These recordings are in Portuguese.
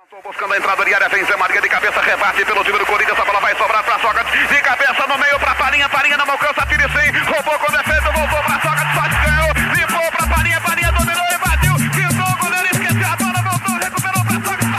Buscando a entrada de área, vem Zé Maria de cabeça, rebate pelo time do Corinthians, a bola vai sobrar para Sócrates, de cabeça no meio para Farinha não alcança, tira sim, roubou com defesa, voltou para Sócrates, ganhou, limpou para Farinha dominou e bateu, pintou o goleiro, esqueceu a bola, voltou, recuperou para Sócrates,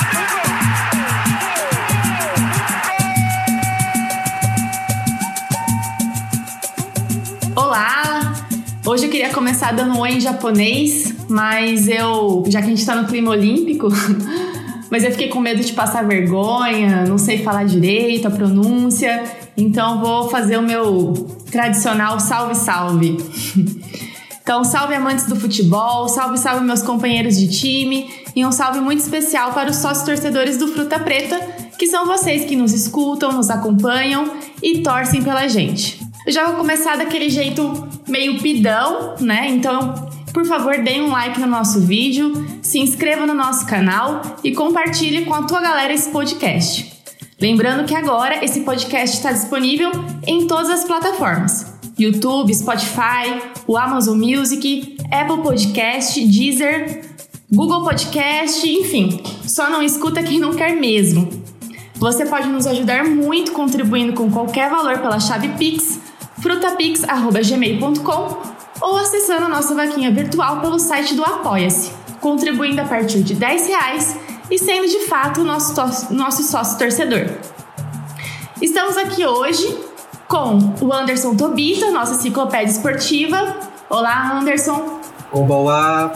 bateu. Olá! Hoje eu queria começar dando um oi em japonês, mas já que a gente tá no clima olímpico, mas eu fiquei com medo de passar vergonha, não sei falar direito a pronúncia, então vou fazer o meu tradicional salve, salve. Então, salve amantes do futebol, salve, salve meus companheiros de time e um salve muito especial para os sócios torcedores do Fruta Preta, que são vocês que nos escutam, nos acompanham e torcem pela gente. Eu já vou começar daquele jeito meio pidão, né? Então, por favor, deem um like no nosso vídeo, se inscreva no nosso canal e compartilhe com a tua galera esse podcast. Lembrando que agora esse podcast está disponível em todas as plataformas: YouTube, Spotify, o Amazon Music, Apple Podcast, Deezer, Google Podcast, enfim, só não escuta quem não quer mesmo. Você pode nos ajudar muito contribuindo com qualquer valor pela chave Pix, frutapix@gmail.com ou acessando a nossa vaquinha virtual pelo site do Apoia-se, contribuindo a partir de R$10 e sendo de fato o nosso sócio torcedor. Estamos aqui hoje com o Anderson Tobita, nossa enciclopédia esportiva. Olá, Anderson. Olá.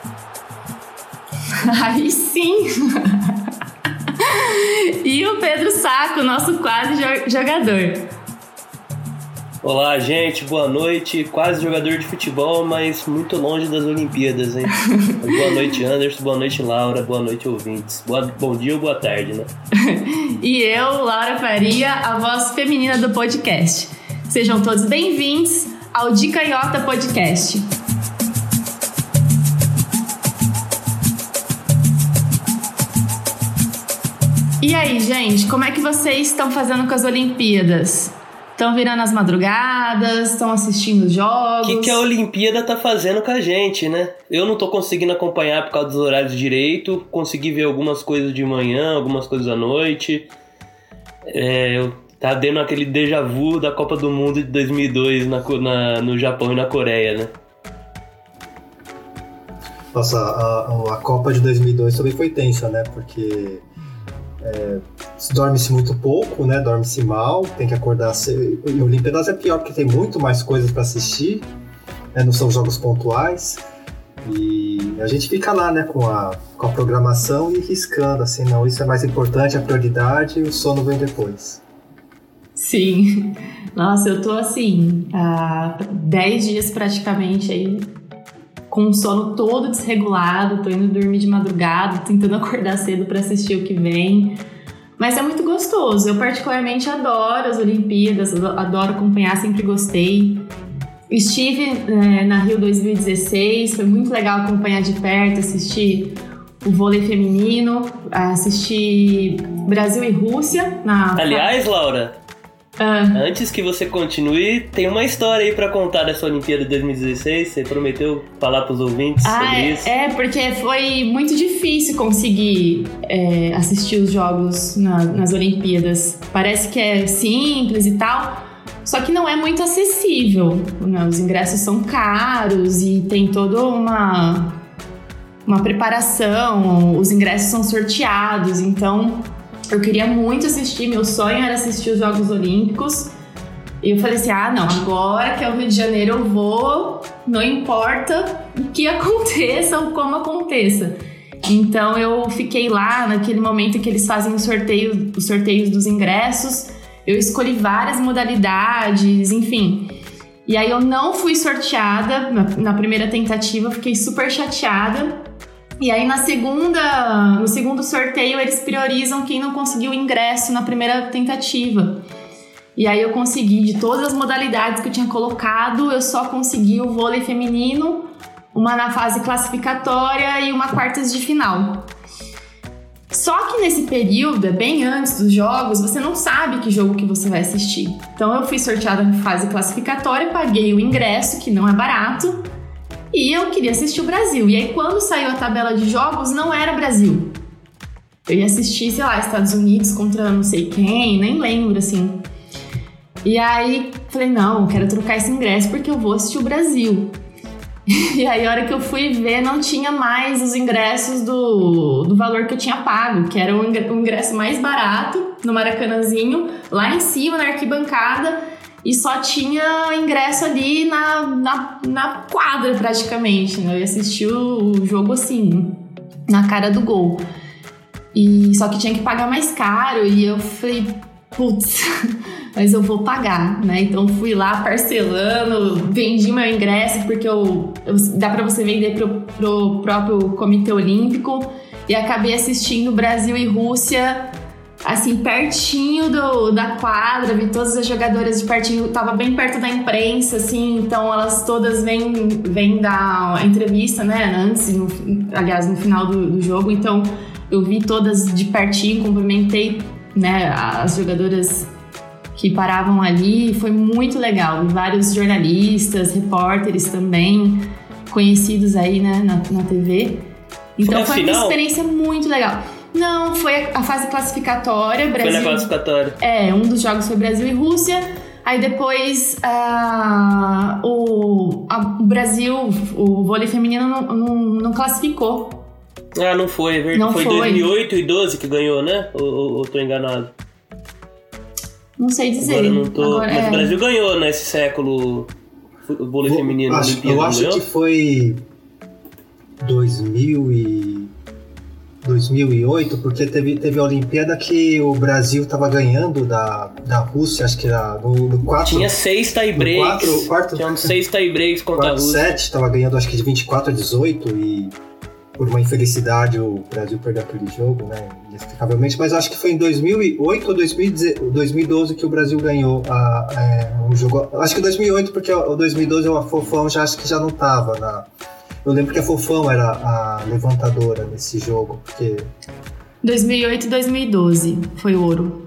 Aí sim. E o Pedro Saco, nosso quase jogador. Olá, gente, boa noite. Quase jogador de futebol, mas muito longe das Olimpíadas, hein? Boa noite, Anderson. Boa noite, Laura. Boa noite, ouvintes. Bom dia ou boa tarde, né? E eu, Laura Faria, a voz feminina do podcast. Sejam todos bem-vindos ao De Canhota Podcast. E aí, gente, como é que vocês estão fazendo com as Olimpíadas? Estão virando as madrugadas? Estão assistindo os jogos? O que a Olimpíada tá fazendo com a gente, né? Eu não tô conseguindo acompanhar por causa dos horários direito. Consegui ver algumas coisas de manhã, algumas coisas à noite. Eu tá dando aquele déjà vu da Copa do Mundo de 2002 no Japão e na Coreia, né? Nossa, a Copa de 2002 também foi tensa, né? Porque dorme-se muito pouco, né? Dorme-se mal, tem que acordar cedo. E o Olimpíadas é pior porque tem muito mais coisas para assistir, né? Não são jogos pontuais. E a gente fica lá, né? Com a programação e riscando, assim, não, isso é mais importante, a prioridade, e o sono vem depois. Sim. Nossa, eu tô assim, há 10 dias praticamente aí, com o sono todo desregulado, tô indo dormir de madrugada, tentando acordar cedo para assistir o que vem. Mas é muito gostoso, eu particularmente adoro as Olimpíadas, adoro acompanhar, sempre gostei. Estive na Rio 2016, foi muito legal acompanhar de perto, assistir o vôlei feminino, assistir Brasil e Rússia. Aliás, Laura, antes que você continue, tem uma história aí pra contar dessa Olimpíada de 2016. Você prometeu falar pros ouvintes sobre isso? Porque foi muito difícil conseguir assistir os jogos nas Olimpíadas. Parece que é simples e tal, só que não é muito acessível, né? Os ingressos são caros e tem toda uma preparação, os ingressos são sorteados, então eu queria muito assistir, meu sonho era assistir os Jogos Olímpicos. E eu falei assim, não, agora que é o Rio de Janeiro eu vou, não importa o que aconteça ou como aconteça. Então eu fiquei lá naquele momento que eles fazem os sorteios dos ingressos, eu escolhi várias modalidades, enfim. E aí eu não fui sorteada na primeira tentativa, eu fiquei super chateada. E aí no segundo sorteio eles priorizam quem não conseguiu ingresso na primeira tentativa. E aí eu consegui, de todas as modalidades que eu tinha colocado, eu só consegui o vôlei feminino, uma na fase classificatória e uma quartas de final. Só que nesse período, bem antes dos jogos, você não sabe que jogo que você vai assistir. Então eu fui sorteada na fase classificatória, paguei o ingresso, que não é barato, e eu queria assistir o Brasil. E aí quando saiu a tabela de jogos, não era Brasil. Eu ia assistir, sei lá, Estados Unidos contra não sei quem, nem lembro, assim. E aí, falei, não, quero trocar esse ingresso porque eu vou assistir o Brasil. E aí, a hora que eu fui ver, não tinha mais os ingressos do valor que eu tinha pago, que era o ingresso mais barato, no Maracanãzinho, lá em cima, na arquibancada, e só tinha ingresso ali na quadra, praticamente, né? Eu ia assistir o jogo, assim, na cara do gol. E só que tinha que pagar mais caro, e eu falei, putz... mas eu vou pagar, né? Então fui lá parcelando, vendi meu ingresso, porque dá pra você vender pro próprio Comitê Olímpico, e acabei assistindo Brasil e Rússia, assim, pertinho da quadra, vi todas as jogadoras de pertinho, tava bem perto da imprensa, assim, então elas todas vêm dar entrevista, né? Antes, aliás, no final do jogo, então eu vi todas de pertinho, cumprimentei, né, as jogadoras que paravam ali, foi muito legal. Vários jornalistas, repórteres também, conhecidos aí, né, na TV. Então foi uma experiência muito legal. Não, foi a fase classificatória. Brasil, foi na classificatória. Um dos jogos foi Brasil e Rússia. Aí depois o Brasil, o vôlei feminino não classificou. Ah, não foi, é verdade. Não foi 2008 e 12 que ganhou, né? Ou tô enganado? Não sei dizer. Agora não tô... Mas o Brasil ganhou nesse século o vôlei feminino. Eu acho que foi 2008, porque teve a Olimpíada que o Brasil tava ganhando da Rússia, acho que era no 4. Tinha 6 tie-breaks. Tinha 6 tie-breaks contra a Rússia. 7 tava ganhando, acho que de 24-18 e... por uma infelicidade o Brasil perdeu aquele jogo, né, inexplicavelmente, mas acho que foi em 2008 ou 2012 que o Brasil ganhou um jogo, acho que 2008, porque o 2012 a Fofão acho que já não tava eu lembro que a Fofão era a levantadora nesse jogo, porque... 2008 e 2012 foi ouro.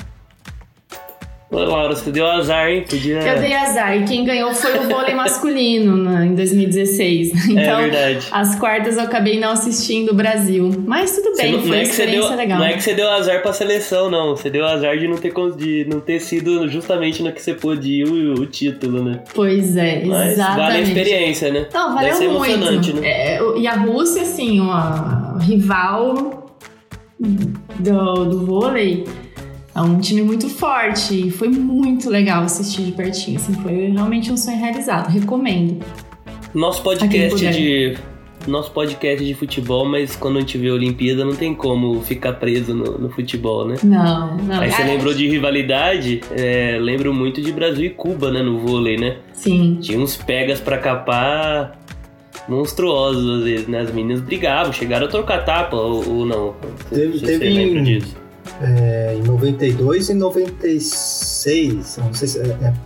Ô, Laura, você deu azar, hein? Eu dei azar, e quem ganhou foi o vôlei masculino em 2016. Então, verdade. As quartas eu acabei não assistindo o Brasil. Mas tudo bem, foi uma experiência legal. Não é que você deu azar pra seleção, não. Você deu azar de não ter sido justamente no que você pôde ir o título, né? Pois é, mas exatamente. Vale a experiência, né? Não, valeu muito. Emocionante, né? E a Rússia, assim, uma rival do vôlei... É um time muito forte e foi muito legal assistir de pertinho, assim, foi realmente um sonho realizado, recomendo. Nosso podcast de futebol, mas quando a gente vê a Olimpíada não tem como ficar preso no futebol, né? Não. Aí você lembrou de rivalidade, lembro muito de Brasil e Cuba, né, no vôlei, né? Sim. Tinha uns pegas pra capar monstruosos às vezes, né? As meninas brigavam, chegaram a trocar tapa ou não. Você lembra disso? Em 92 e 96, não sei se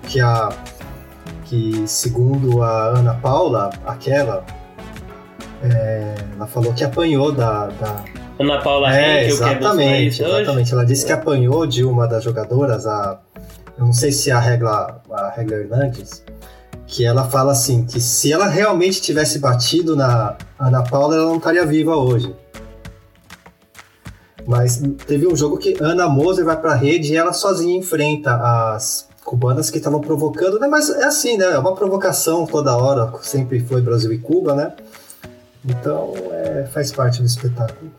que segundo a Ana Paula, ela falou que apanhou da... Ana Paula Henkel, exatamente. Ela disse que apanhou de uma das jogadoras, eu não sei se é a Regla Hernandes, que ela fala assim, que se ela realmente tivesse batido na Ana Paula, ela não estaria viva hoje. Mas teve um jogo que Ana Moser vai pra rede e ela sozinha enfrenta as cubanas que estavam provocando, né? Mas é assim, né? É uma provocação toda hora, sempre foi Brasil e Cuba, né? Então, faz parte do espetáculo.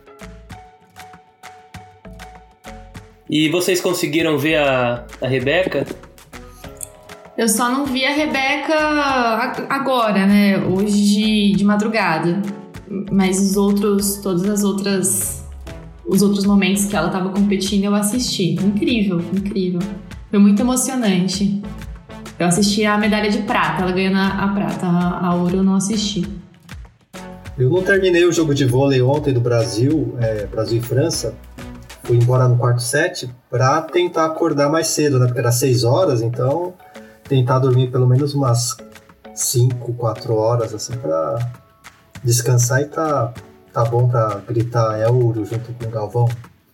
E vocês conseguiram ver a Rebeca? Eu só não vi a Rebeca agora, né? Hoje de madrugada. Mas os outros momentos que ela estava competindo eu assisti. Incrível. Foi muito emocionante. Eu assisti a medalha de prata, ela ganhando a prata, a ouro eu não assisti. Eu não terminei o jogo de vôlei ontem do Brasil, Brasil e França. Fui embora no quarto set para tentar acordar mais cedo, né? Porque era 6 horas, então tentar dormir pelo menos umas 5, 4 horas, assim, para descansar e tá bom pra gritar ouro junto com o Galvão.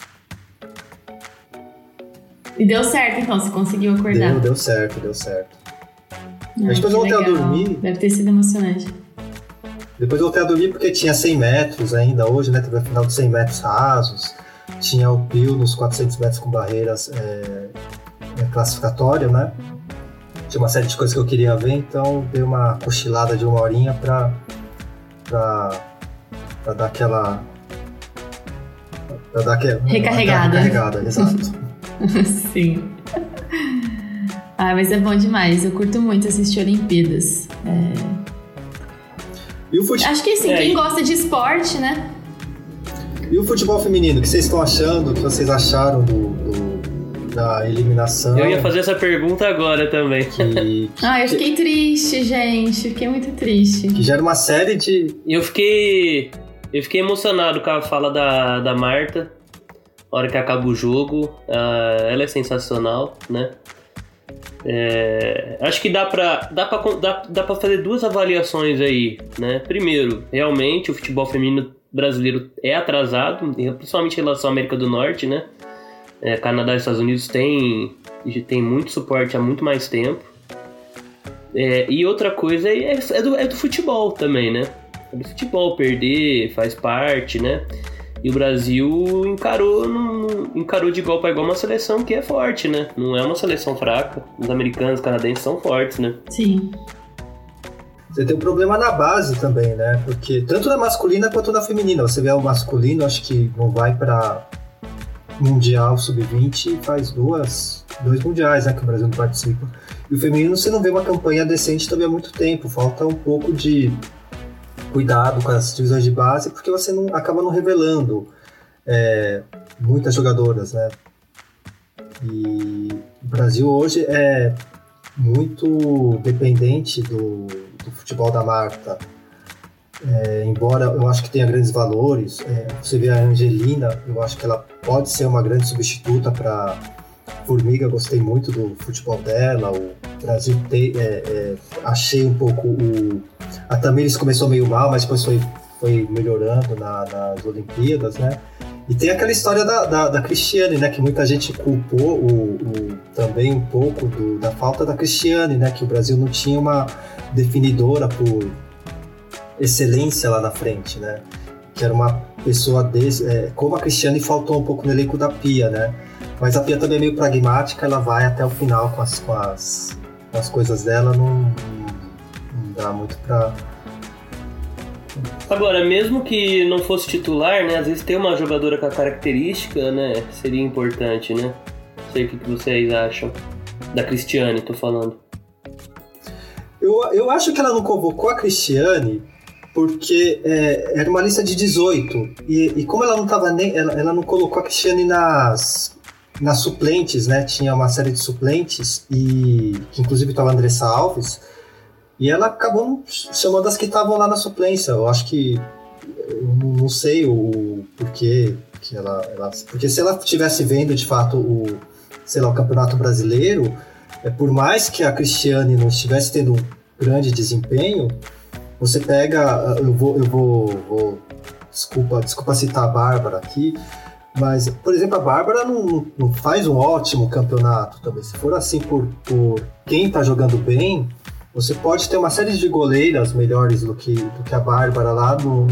E deu certo, então? Você conseguiu acordar? Deu certo. Mas depois eu voltei a dormir. Deve ter sido emocionante. Depois voltei a dormir porque tinha 100 metros ainda hoje, né? Teve a final de 100 metros rasos, tinha o Pio nos 400 metros com barreiras classificatório, né? Tinha uma série de coisas que eu queria ver, então dei uma cochilada de 1 horinha pra dar aquela... Recarregada, exato. Sim. Mas é bom demais. Eu curto muito assistir Olimpíadas. E o futebol... Acho que sim, quem gosta de esporte, né? E o futebol feminino, o que vocês estão achando? O que vocês acharam da eliminação? Eu ia fazer essa pergunta agora também. Eu fiquei triste, gente. Fiquei muito triste. Que gera uma série de... Eu fiquei emocionado com a fala da Marta. Na hora que acaba o jogo. Ela é sensacional, né? Acho que dá pra fazer 2 avaliações aí, né? Primeiro, realmente o futebol feminino brasileiro é atrasado, principalmente em relação à América do Norte, né? Canadá e Estados Unidos tem muito suporte há muito mais tempo. E outra coisa é do futebol também, né? É do futebol, perder faz parte, né? E o Brasil encarou de igual para igual uma seleção que é forte, né? Não é uma seleção fraca. Os americanos, os canadenses são fortes, né? Sim. Você tem um problema na base também, né? Porque tanto na masculina quanto na feminina. Você vê o masculino, acho que não vai para Mundial Sub-20 e faz 2 mundiais, né? Que o Brasil não participa. E o feminino, você não vê uma campanha decente também há muito tempo. Falta um pouco de cuidado com as divisões de base, porque você acaba não revelando muitas jogadoras, né? E o Brasil hoje é muito dependente do futebol da Marta. Embora eu acho que tenha grandes valores, você vê a Angelina, eu acho que ela pode ser uma grande substituta para Formiga, gostei muito do futebol dela. O Brasil achei um pouco a Tamires começou meio mal, mas depois foi melhorando nas Olimpíadas, né? E tem aquela história da Cristiane, né? Que muita gente culpou também um pouco da falta da Cristiane, né? Que o Brasil não tinha uma definidora por excelência lá na frente, né? Que era uma pessoa como a Cristiane faltou um pouco no elenco da Pia, né? Mas a Pia também é meio pragmática, ela vai até o final com as coisas dela, não dá muito pra... Agora, mesmo que não fosse titular, né, às vezes ter uma jogadora com a característica, né, seria importante, né? Não sei o que vocês acham da Cristiane, tô falando. Eu acho que ela não convocou a Cristiane porque era uma lista de 18 e como ela não tava ela não colocou a Cristiane nas suplentes, né? Tinha uma série de suplentes e que inclusive estava a Andressa Alves e ela acabou chamando as que estavam lá na suplência. Eu acho que eu não sei o porquê que ela porque se ela estivesse vendo de fato o Campeonato Brasileiro, por mais que a Cristiane não estivesse tendo um grande desempenho, você pega, eu vou desculpa citar a Bárbara aqui, mas, por exemplo, a Bárbara não faz um ótimo campeonato também. Se for assim por quem tá jogando bem, você pode ter uma série de goleiras melhores do que a Bárbara lá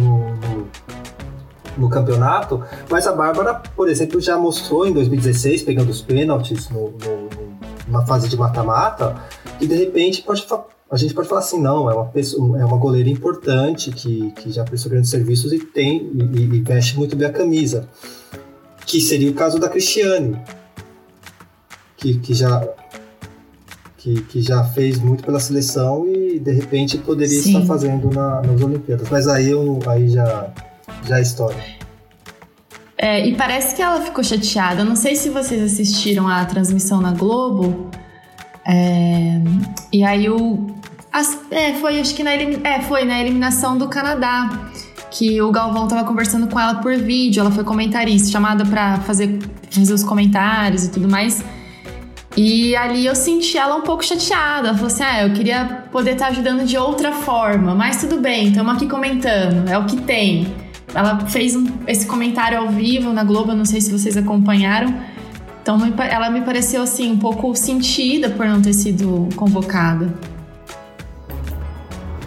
no campeonato, mas a Bárbara, por exemplo, já mostrou em 2016, pegando os pênaltis numa fase de mata-mata, que de repente a gente pode falar assim, não, é uma goleira importante, que já prestou grandes serviços e veste muito bem a camisa. Que seria o caso da Cristiane, que já fez muito pela seleção e de repente poderia estar fazendo nas Olimpíadas. Mas aí já é história. E parece que ela ficou chateada. Eu não sei se vocês assistiram a transmissão na Globo. E aí foi acho que foi na eliminação do Canadá, que o Galvão tava conversando com ela por vídeo. Ela foi comentarista, chamada pra fazer os comentários e tudo mais. E ali eu senti ela um pouco chateada. Ela falou assim, eu queria poder estar ajudando de outra forma, mas tudo bem, estamos aqui comentando, é o que tem. Ela fez esse comentário ao vivo na Globo, eu não sei se vocês acompanharam. Então ela me pareceu assim um pouco sentida por não ter sido convocada.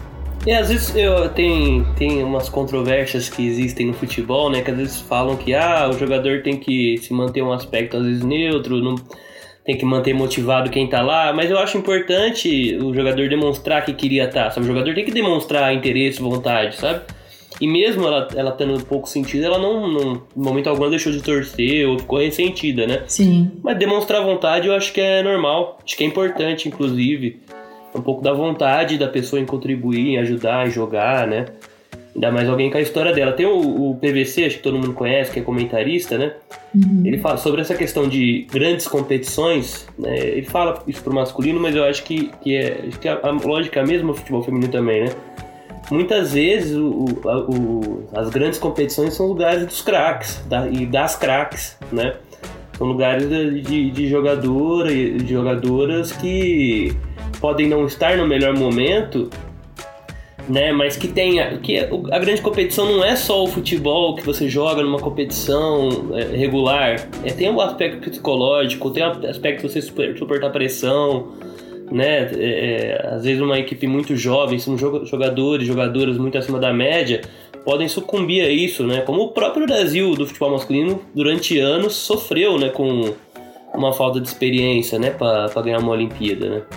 Às vezes tem umas controvérsias que existem no futebol, né? Que às vezes falam que o jogador tem que se manter um aspecto às vezes neutro, não tem que manter motivado quem tá lá, mas eu acho importante o jogador demonstrar que queria estar, sabe? O jogador tem que demonstrar interesse, vontade, sabe? E mesmo ela tendo pouco sentido, ela não, no momento algum, deixou de torcer ou ficou ressentida, né? Sim. Mas demonstrar vontade eu acho que é normal, acho que é importante, inclusive. Um pouco da vontade da pessoa em contribuir, em ajudar, em jogar, né? Ainda mais alguém com a história dela. Tem o PVC, acho que todo mundo conhece, que é comentarista, né? Uhum. Ele fala sobre essa questão de grandes competições, né? Ele fala isso pro masculino, mas eu acho que a lógica mesmo do futebol feminino também, né? Muitas vezes as grandes competições são lugares dos craques e das craques, né? São lugares de jogador e de jogadoras que podem não estar no melhor momento, né? Mas a grande competição não é só o futebol que você joga numa competição regular. Tem um aspecto psicológico, tem um aspecto de você suportar pressão, né? Às vezes uma equipe muito jovem, são jogadoras muito acima da média, podem sucumbir a isso, né? Como o próprio Brasil do futebol masculino durante anos sofreu, né? Com uma falta de experiência, né? Para ganhar uma Olimpíada, né?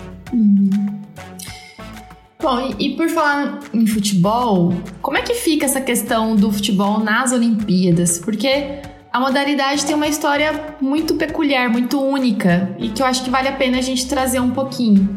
Bom, e por falar em futebol, como é que fica essa questão do futebol nas Olimpíadas? Porque a modalidade tem uma história muito peculiar, muito única, e que eu acho que vale a pena a gente trazer um pouquinho.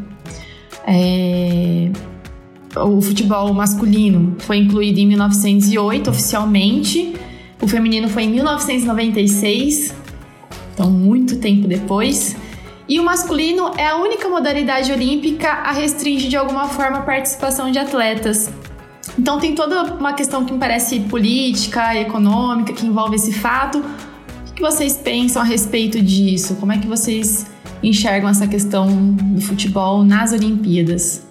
O futebol masculino foi incluído em 1908 oficialmente, o feminino foi em 1996, então muito tempo depois. E o masculino é a única modalidade olímpica a restringir de alguma forma a participação de atletas. Então tem toda uma questão que me parece política, econômica, que envolve esse fato. O que vocês pensam a respeito disso? Como é que vocês enxergam essa questão do futebol nas Olimpíadas?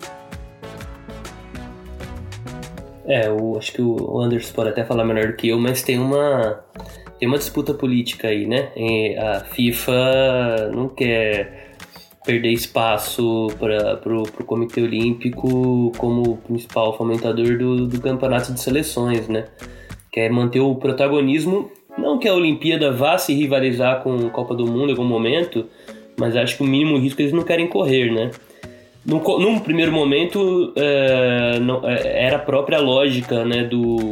Acho que o Anderson pode até falar melhor do que eu, mas tem uma disputa política aí, né? A FIFA não quer perder espaço para o Comitê Olímpico como principal fomentador do campeonato de seleções, né? Quer manter o protagonismo, não que a Olimpíada vá se rivalizar com a Copa do Mundo em algum momento, mas acho que o mínimo risco eles não querem correr, né? Num primeiro momento, era a própria lógica, né,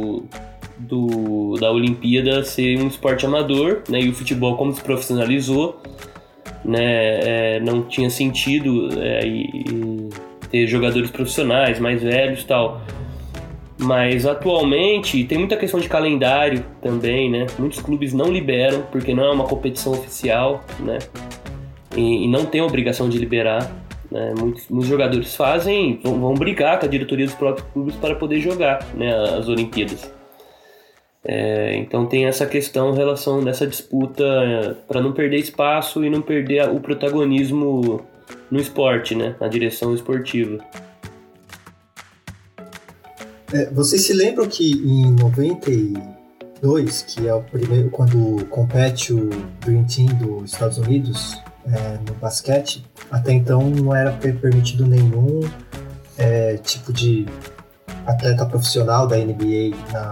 da Olimpíada ser um esporte amador, né, e o futebol, como se profissionalizou, né, não tinha sentido ter jogadores profissionais mais velhos e tal. Mas atualmente tem muita questão de calendário também, né? Muitos clubes não liberam porque não é uma competição oficial, né? E não tem a obrigação de liberar, né? Muitos jogadores vão brigar com a diretoria dos próprios clubes para poder jogar, né, as Olimpíadas. Então tem essa questão em relação dessa disputa para não perder espaço e não perder o protagonismo no esporte, né, na direção esportiva. Vocês se lembram que em 92, que é o primeiro, quando compete o Dream Team dos Estados Unidos no basquete, até então não era permitido nenhum tipo de atleta profissional da NBA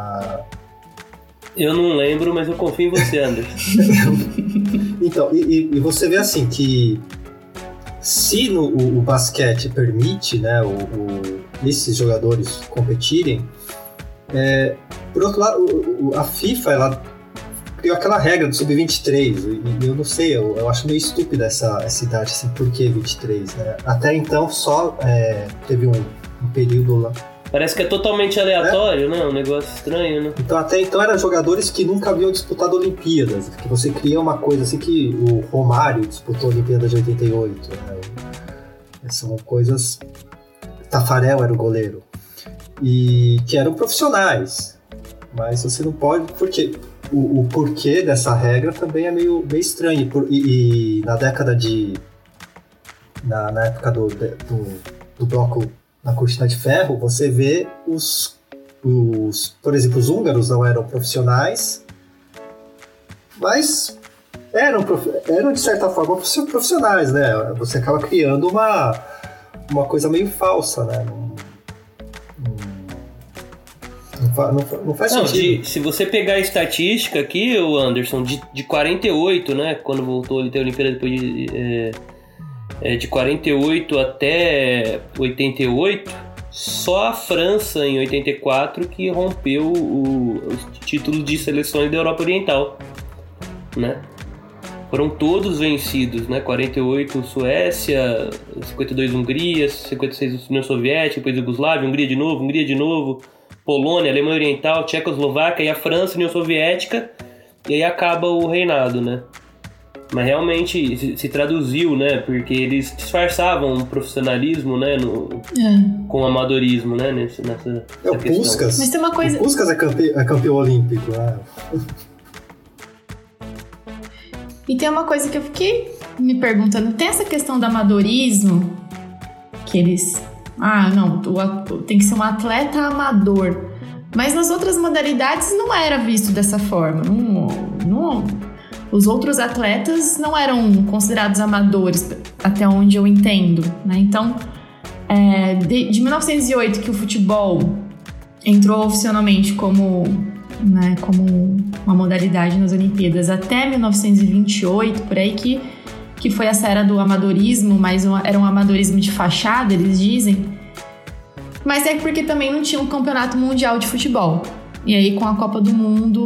Eu não lembro, mas eu confio em você, Anderson. Então, e você vê assim que se o basquete permite, né, esses jogadores competirem, por outro lado, a FIFA ela criou aquela regra do sub-23, e eu não sei, eu acho meio estúpida essa idade, assim, por que 23, né? Até então só teve um período lá. Parece que é totalmente aleatório, né? Um negócio estranho, né? Então, até então eram jogadores que nunca haviam disputado Olimpíadas, que você cria uma coisa assim que o Romário disputou a Olimpíada de 88, né? São coisas... Tafarel era o goleiro. E que eram profissionais. Mas você não pode... Porque o porquê dessa regra também é meio estranho. E na década de... Na época do bloco na cortina de ferro, você vê por exemplo, os húngaros não eram profissionais, mas eram de certa forma profissionais, né? Você acaba criando uma coisa meio falsa, né? Não faz sentido. Se você pegar a estatística aqui, o Anderson, de 48, né? Quando voltou a ter a Olimpíada depois de 48 até 88, só a França em 84 que rompeu os títulos de seleções da Europa Oriental, né? Foram todos vencidos, né? 48 Suécia, 52 Hungria, 56 União Soviética, depois Iugoslávia, Hungria de novo, Polônia, Alemanha Oriental, Tchecoslováquia e a França, União Soviética, e aí acaba o reinado, né? Mas realmente se traduziu, né? Porque eles disfarçavam o profissionalismo, né? Com o amadorismo, né? Nessa o Puskas. Mas tem uma coisa... O Puskas é campeão olímpico, né? E tem uma coisa que eu fiquei me perguntando. Tem essa questão do amadorismo, que eles... tem que ser um atleta amador. Mas nas outras modalidades não era visto dessa forma. Os outros atletas não eram considerados amadores, até onde eu entendo, né? Então, de 1908, que o futebol entrou oficialmente como uma modalidade nas Olimpíadas, até 1928, por aí, que foi essa era do amadorismo, mas era um amadorismo de fachada, eles dizem. Mas é porque também não tinha um campeonato mundial de futebol. E aí, com a Copa do Mundo,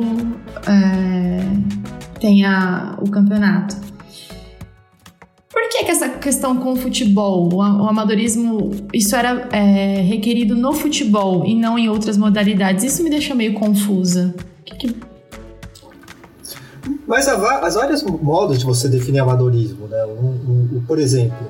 tem o campeonato. Por que essa questão com o futebol, o amadorismo, isso era requerido no futebol e não em outras modalidades? Isso me deixa meio confusa. Mas há vários modos de você definir amadorismo, né? Por exemplo,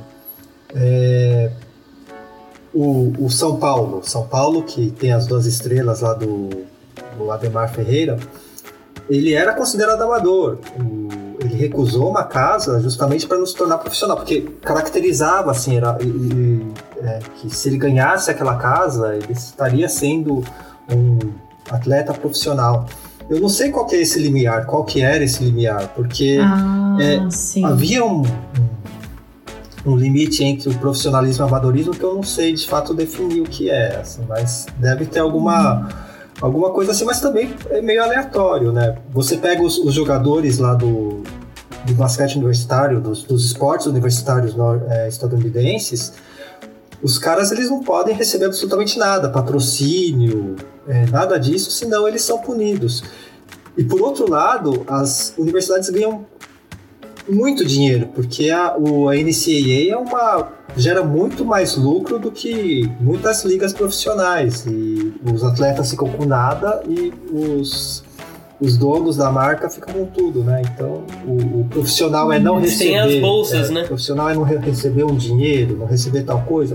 o São Paulo, que tem as 2 estrelas lá do Ademar Ferreira, ele era considerado amador. Ele recusou uma casa justamente para não se tornar profissional, porque caracterizava assim, que se ele ganhasse aquela casa, ele estaria sendo um atleta profissional. Eu não sei qual que era esse limiar, porque havia um limite entre o profissionalismo e o amadorismo que eu não sei de fato definir o que é, assim, mas deve ter alguma coisa assim, mas também é meio aleatório, né? Você pega os jogadores lá do basquete universitário, dos esportes universitários estadunidenses, os caras eles não podem receber absolutamente nada, patrocínio, nada disso, senão eles são punidos. E por outro lado, as universidades ganham muito dinheiro, porque a NCAA gera muito mais lucro do que muitas ligas profissionais, e os atletas ficam com nada e os donos da marca ficam com tudo, né? Então o profissional é não receber... Tem as bolsas, né? O profissional é não receber um dinheiro, não receber tal coisa.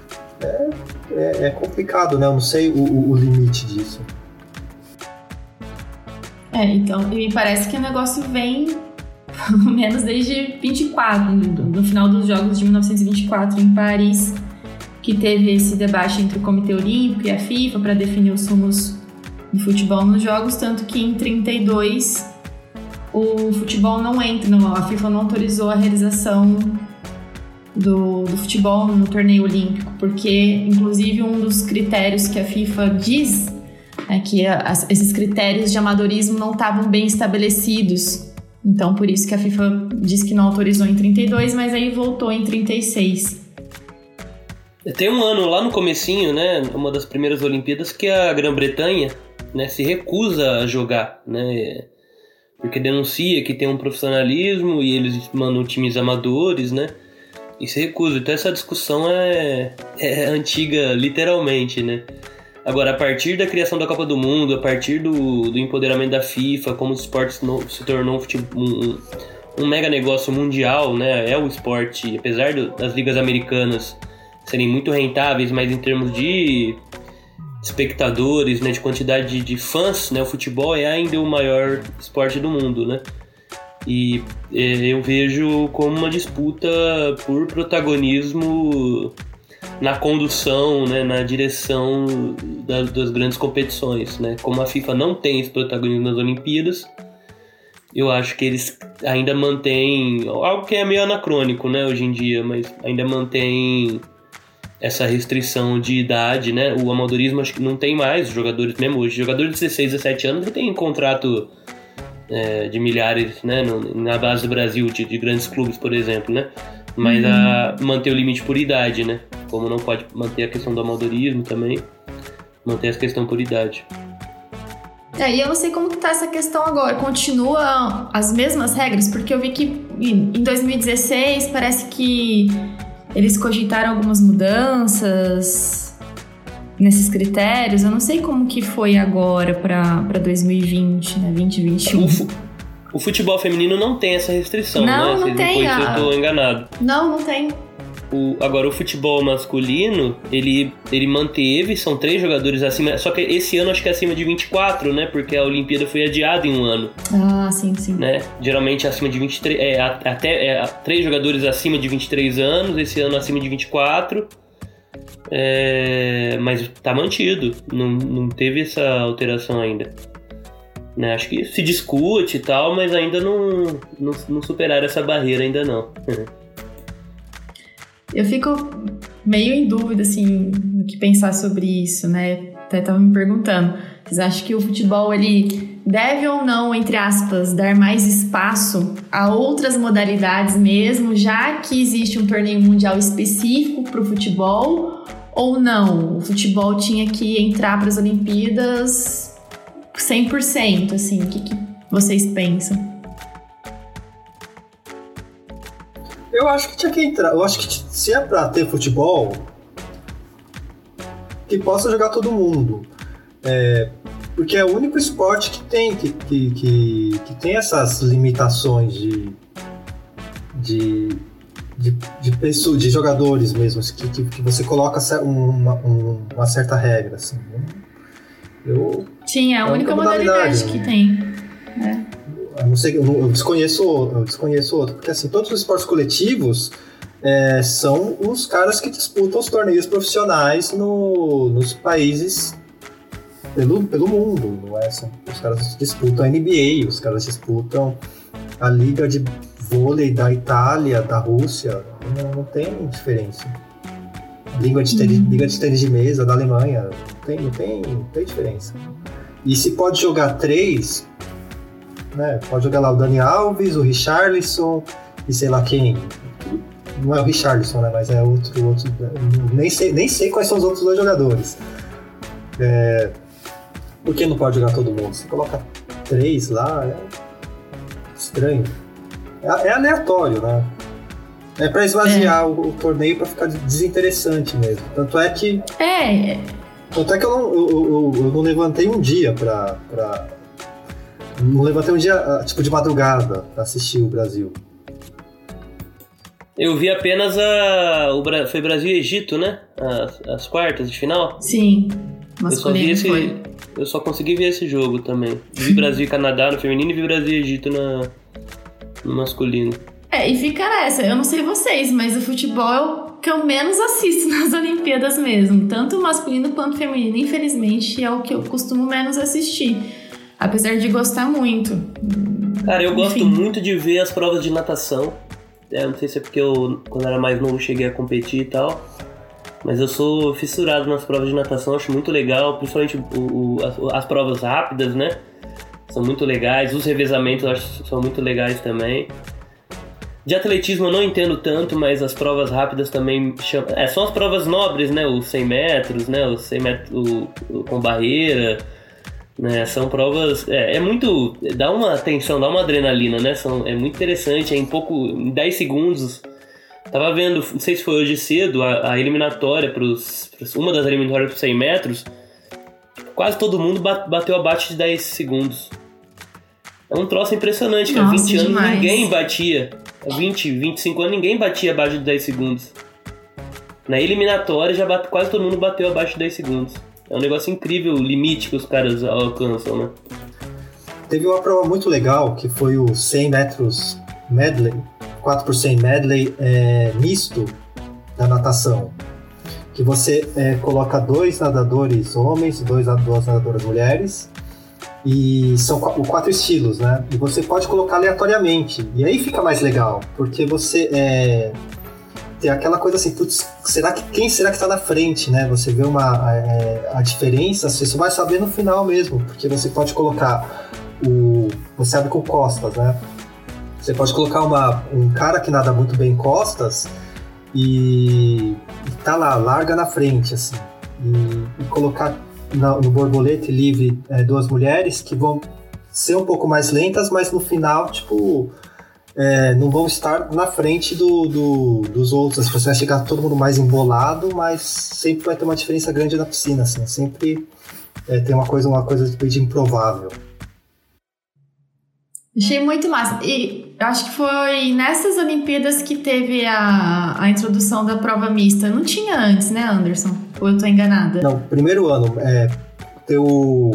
É complicado, né? Eu não sei o limite disso. Então, me parece que o negócio vem pelo menos desde 24, no final dos Jogos de 1924 em Paris, que teve esse debate entre o Comitê Olímpico e a FIFA para definir os rumos do futebol nos Jogos, tanto que em 32 o futebol não entra, a FIFA não autorizou a realização do futebol no torneio olímpico, porque inclusive um dos critérios que a FIFA diz é que esses critérios de amadorismo não estavam bem estabelecidos. Então, por isso que a FIFA diz que não autorizou em 32, mas aí voltou em 36. Tem um ano lá no comecinho, né, uma das primeiras Olimpíadas, que a Grã-Bretanha, né, se recusa a jogar, né, porque denuncia que tem um profissionalismo e eles mandam times amadores, né, e se recusa. Então essa discussão é antiga, literalmente, né. Agora, a partir da criação da Copa do Mundo, a partir do empoderamento da FIFA, como o esporte se tornou um mega negócio mundial, né? É o esporte, apesar das ligas americanas serem muito rentáveis, mas em termos de espectadores, né, de quantidade de fãs, né, o futebol é ainda o maior esporte do mundo, né? E eu vejo como uma disputa por protagonismo na condução, né, na direção das grandes competições, né? Como a FIFA não tem esse protagonismo nas Olimpíadas, eu acho que eles ainda mantêm algo que é meio anacrônico, né, hoje em dia, mas ainda mantém essa restrição de idade, né? O amadorismo acho que não tem mais, os jogadores, mesmo hoje, jogador de 16, 17 anos, ele tem contrato de milhares, né? Na base do Brasil, de grandes clubes, por exemplo, né? Mas manter o limite por idade, né? Como não pode manter a questão do amadorismo também, manter essa questão por idade. E eu não sei como que tá essa questão agora. Continua as mesmas regras? Porque eu vi que em 2016 parece que eles cogitaram algumas mudanças nesses critérios. Eu não sei como que foi agora para 2020, né? 2021. O futebol feminino não tem essa restrição, não, né? Não tem. Eu tô enganado. Não tem. Agora, o futebol masculino, ele manteve, são 3 jogadores acima, só que esse ano acho que é acima de 24, né? Porque a Olimpíada foi adiada em um ano. Ah, sim. Né? Geralmente acima de 23, até 3 jogadores acima de 23 anos, esse ano acima de 24. Mas tá mantido, não teve essa alteração ainda. Né? Acho que se discute e tal, mas ainda não superaram essa barreira, ainda não. Eu fico meio em dúvida, assim, no que pensar sobre isso, né? Até tava me perguntando. Vocês acham que o futebol, ele deve ou não, entre aspas, dar mais espaço a outras modalidades mesmo, já que existe um torneio mundial específico para o futebol? Ou não? O futebol tinha que entrar para as Olimpíadas 100%, assim. O que vocês pensam? Eu acho que tinha que entrar. Eu acho que se é pra ter futebol, que possa jogar todo mundo. Porque é o único esporte que tem, que tem essas limitações de pessoas, de jogadores mesmo, que você coloca uma certa regra. Assim, Sim, é a única modalidade que tem. Eu não sei, eu desconheço outro, porque assim, todos os esportes coletivos são os caras que disputam os torneios profissionais nos países pelo mundo, não é? Os caras disputam a NBA, os caras disputam a liga de vôlei da Itália, da Rússia, não tem diferença. Liga de tênis de mesa da Alemanha, não tem diferença. E se pode jogar 3... né? Pode jogar lá o Dani Alves, o Richarlison e sei lá quem. Não é o Richarlison, né? Mas é outro. Nem sei quais são os outros 2 jogadores. Por que não pode jogar todo mundo? Você coloca 3 lá, é estranho. É aleatório, né? É pra esvaziar o torneio pra ficar desinteressante mesmo. Tanto é que eu não levantei um dia pra não levantei um dia, tipo, de madrugada pra assistir o Brasil. Eu vi apenas foi Brasil e Egito, né? As quartas de final. Sim, masculino foi. Eu só consegui ver esse jogo também. Vi Brasil e Canadá no feminino e vi Brasil e Egito no masculino. E fica nessa, eu não sei vocês, mas o futebol é o que eu menos assisto nas Olimpíadas mesmo. Tanto o masculino quanto o feminino, infelizmente, é o que eu costumo menos assistir. Apesar de gostar muito. Cara, eu gosto muito de ver as provas de natação. Não sei se é porque eu, quando era mais novo, cheguei a competir e tal. Mas eu sou fissurado nas provas de natação, acho muito legal. Principalmente as provas rápidas, né? São muito legais. Os revezamentos eu acho que são muito legais também. De atletismo eu não entendo tanto, mas as provas rápidas também chamam... são as provas nobres, né? Os 100 metros, né? Os 100 metros com barreira... Né, são provas, muito, dá uma tensão, dá uma adrenalina, né, é muito interessante, em 10 segundos, tava vendo, não sei se foi hoje cedo, a eliminatória, uma das eliminatórias para 100 metros, quase todo mundo bateu abaixo de 10 segundos, é um troço impressionante, que há 20 anos demais. Ninguém batia, há 25 anos ninguém batia abaixo de 10 segundos, na eliminatória quase todo mundo bateu abaixo de 10 segundos. É um negócio incrível o limite que os caras alcançam, né? Teve uma prova muito legal, que foi o 100 metros medley, 4x100 medley misto da natação. Que você coloca 2 nadadores homens e 2 nadadoras mulheres. E são 4 estilos, né? E você pode colocar aleatoriamente. E aí fica mais legal, porque você... tem aquela coisa assim, putz, quem será que tá na frente, né? Você vê a diferença, você só vai saber no final mesmo, porque você pode colocar você abre com costas, né? Você pode colocar um cara que nada muito bem costas e tá lá, larga na frente, assim, e colocar no borboleta livre 2 mulheres que vão ser um pouco mais lentas, mas no final, tipo, não vão estar na frente dos outros. Você vai chegar todo mundo mais embolado, mas sempre vai ter uma diferença grande na piscina, assim, sempre tem uma coisa de improvável. Achei muito massa. E eu acho que foi nessas Olimpíadas que teve a introdução da prova mista. Não tinha antes, né, Anderson? Ou eu tô enganada? Não, primeiro ano teve o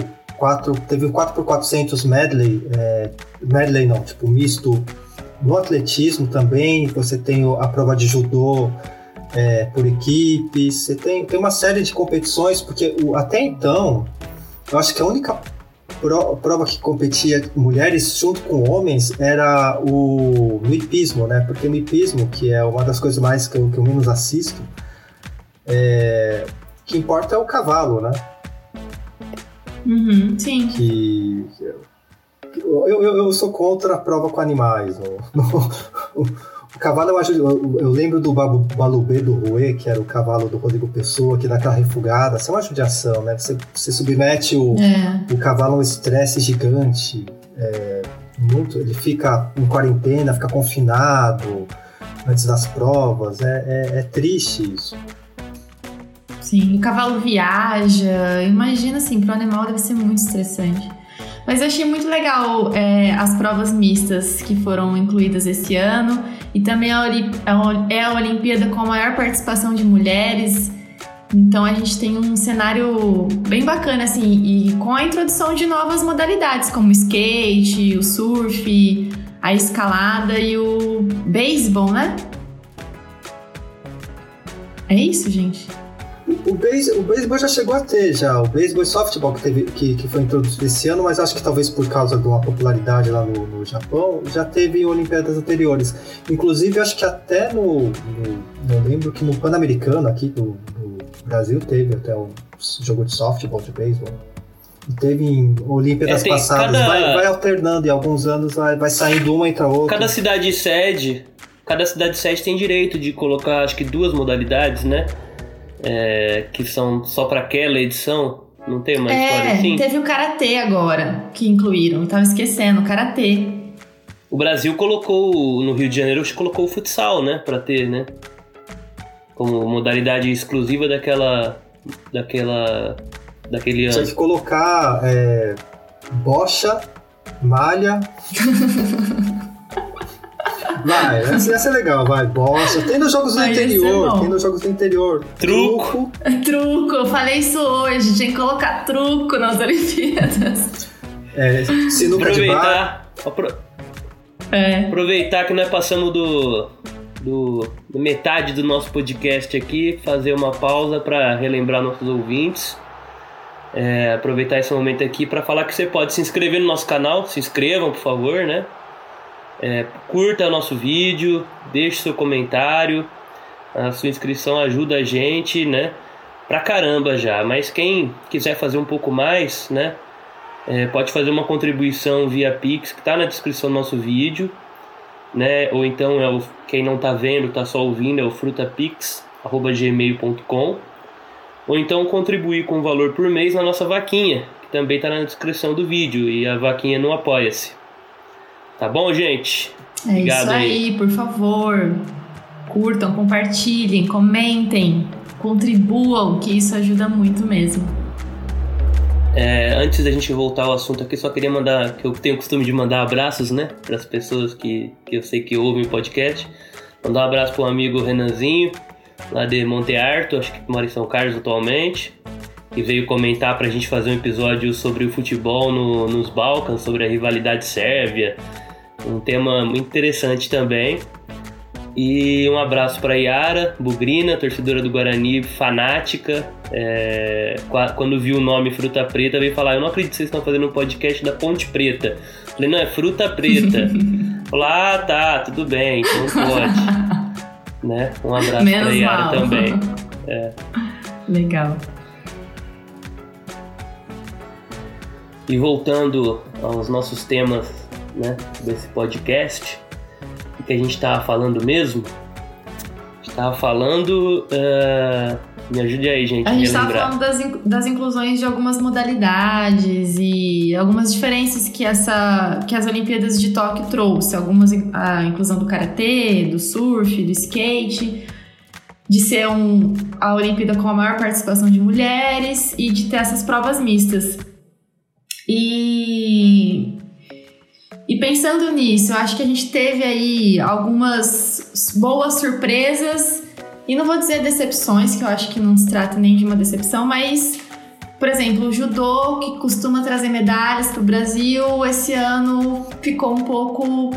4x400 medley não, tipo misto. No atletismo também, você tem a prova de judô por equipe, você tem uma série de competições, porque até então, eu acho que a única prova que competia mulheres junto com homens era no hipismo, né? Porque no hipismo, que é uma das coisas mais que eu menos assisto, o que importa é o cavalo, né? Uhum, sim. Eu sou contra a prova com animais. O cavalo, eu lembro do Balubê do Rouet, que era o cavalo do Rodrigo Pessoa, que dá aquela refugada. Isso é uma judiação, né? Você submete o cavalo a um estresse gigante. Ele fica em quarentena, fica confinado antes das provas. É triste isso. Sim, o cavalo viaja. Imagina, assim, para o animal deve ser muito estressante. Mas eu achei muito legal as provas mistas que foram incluídas esse ano. E também é a Olimpíada com a maior participação de mulheres. Então a gente tem um cenário bem bacana, assim. E com a introdução de novas modalidades, como o skate, o surf, a escalada e o beisebol, né? É isso, gente? O beisebol já chegou a ter, o beisebol e softball que foi introduzido esse ano, mas acho que talvez por causa de uma popularidade lá no Japão, já teve em Olimpíadas anteriores. Inclusive, acho que até não lembro que no Pan-Americano aqui do Brasil teve até um jogo de softball, de beisebol. E teve em Olimpíadas passadas, vai alternando, e alguns anos vai saindo uma entre a outra. Cada cidade sede tem direito de colocar, acho que 2 modalidades, né? Que são só para aquela edição. Não tem uma história assim? Teve o karatê agora que incluíram, eu tava esquecendo, o karatê. O Brasil colocou, no Rio de Janeiro, colocou o futsal, né, pra ter, né, como modalidade exclusiva daquele ano. Tinha que colocar bocha, malha. Vai, ia ser legal, vai, bocha. Tem nos jogos do interior. Truco, eu falei isso hoje, tinha que colocar truco nas Olimpíadas. Sinuca de bar. Aproveitar que nós passamos do metade do nosso podcast aqui, fazer uma pausa para relembrar nossos ouvintes. Aproveitar esse momento aqui para falar que você pode se inscrever no nosso canal. Se inscrevam, por favor, né? Curta o nosso vídeo, deixe seu comentário. A sua inscrição ajuda a gente, né? Pra caramba já. Mas quem quiser fazer um pouco mais, né? Pode fazer uma contribuição via Pix, que tá na descrição do nosso vídeo, né? Ou então quem não tá vendo, tá só ouvindo, é o frutapix@gmail.com. Ou então contribuir com um valor por mês na nossa vaquinha, que também tá na descrição do vídeo, e a vaquinha no Apoia-se. Tá bom, gente? Obrigado isso aí, por favor. Curtam, compartilhem, comentem, contribuam, que isso ajuda muito mesmo. Antes da gente voltar ao assunto aqui, só queria mandar, que eu tenho o costume de mandar abraços, né? Para as pessoas que eu sei que ouvem o podcast. Mandar um abraço para o amigo Renanzinho, lá de Monte Arto, acho que mora em São Carlos atualmente, que veio comentar para a gente fazer um episódio sobre o futebol nos Balcãs, sobre a rivalidade sérvia. Um tema muito interessante também. E um abraço para Yara Bugrina, torcedora do Guarani, fanática. Quando viu o nome Fruta Preta, veio falar: eu não acredito que vocês estão fazendo um podcast da Ponte Preta. Falei: não, é Fruta Preta. Falei: tá, tudo bem, então pode. né? Um abraço pra Yara também. Legal. E voltando aos nossos temas, né, desse podcast, o que a gente estava falando mesmo? A gente estava falando... me ajude aí, gente. A gente estava falando das inclusões de algumas modalidades e algumas diferenças que as Olimpíadas de Tóquio trouxe. A inclusão do karatê, do surf, do skate, de ser a Olimpíada com a maior participação de mulheres e de ter essas provas mistas. E pensando nisso, eu acho que a gente teve aí algumas boas surpresas, e não vou dizer decepções, que eu acho que não se trata nem de uma decepção, mas, por exemplo, o judô, que costuma trazer medalhas para o Brasil, esse ano ficou um pouco...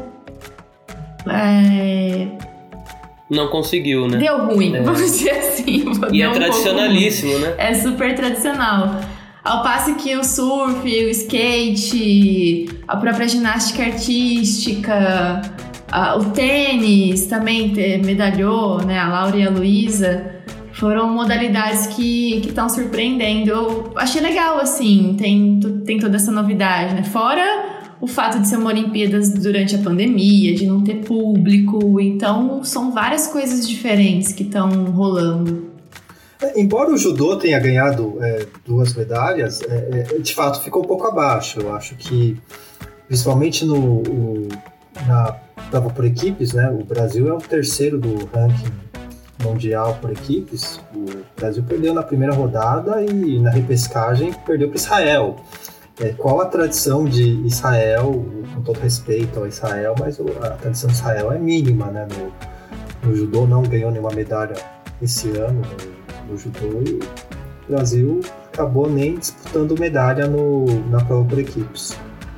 Não conseguiu, né? Deu ruim, vamos dizer assim. E é tradicionalíssimo, né? É super tradicional. Ao passo que o surf, o skate, a própria ginástica artística, o tênis também medalhou, né? A Laura e a Luísa foram modalidades que estão surpreendendo. Eu achei legal, assim, tem toda essa novidade, né? Fora o fato de ser uma Olimpíadas durante a pandemia, de não ter público. Então, são várias coisas diferentes que estão rolando. Embora o judô tenha ganhado 2 medalhas, de fato ficou um pouco abaixo. Eu acho que, principalmente na prova por equipes, né, o Brasil é o 3º do ranking mundial por equipes. O Brasil perdeu na primeira rodada e na repescagem perdeu para Israel. Qual a tradição de Israel, com todo respeito ao Israel, mas a tradição de Israel é mínima, né? No judô não ganhou nenhuma medalha esse ano no judô, e o Brasil acabou nem disputando medalha na prova por equipes.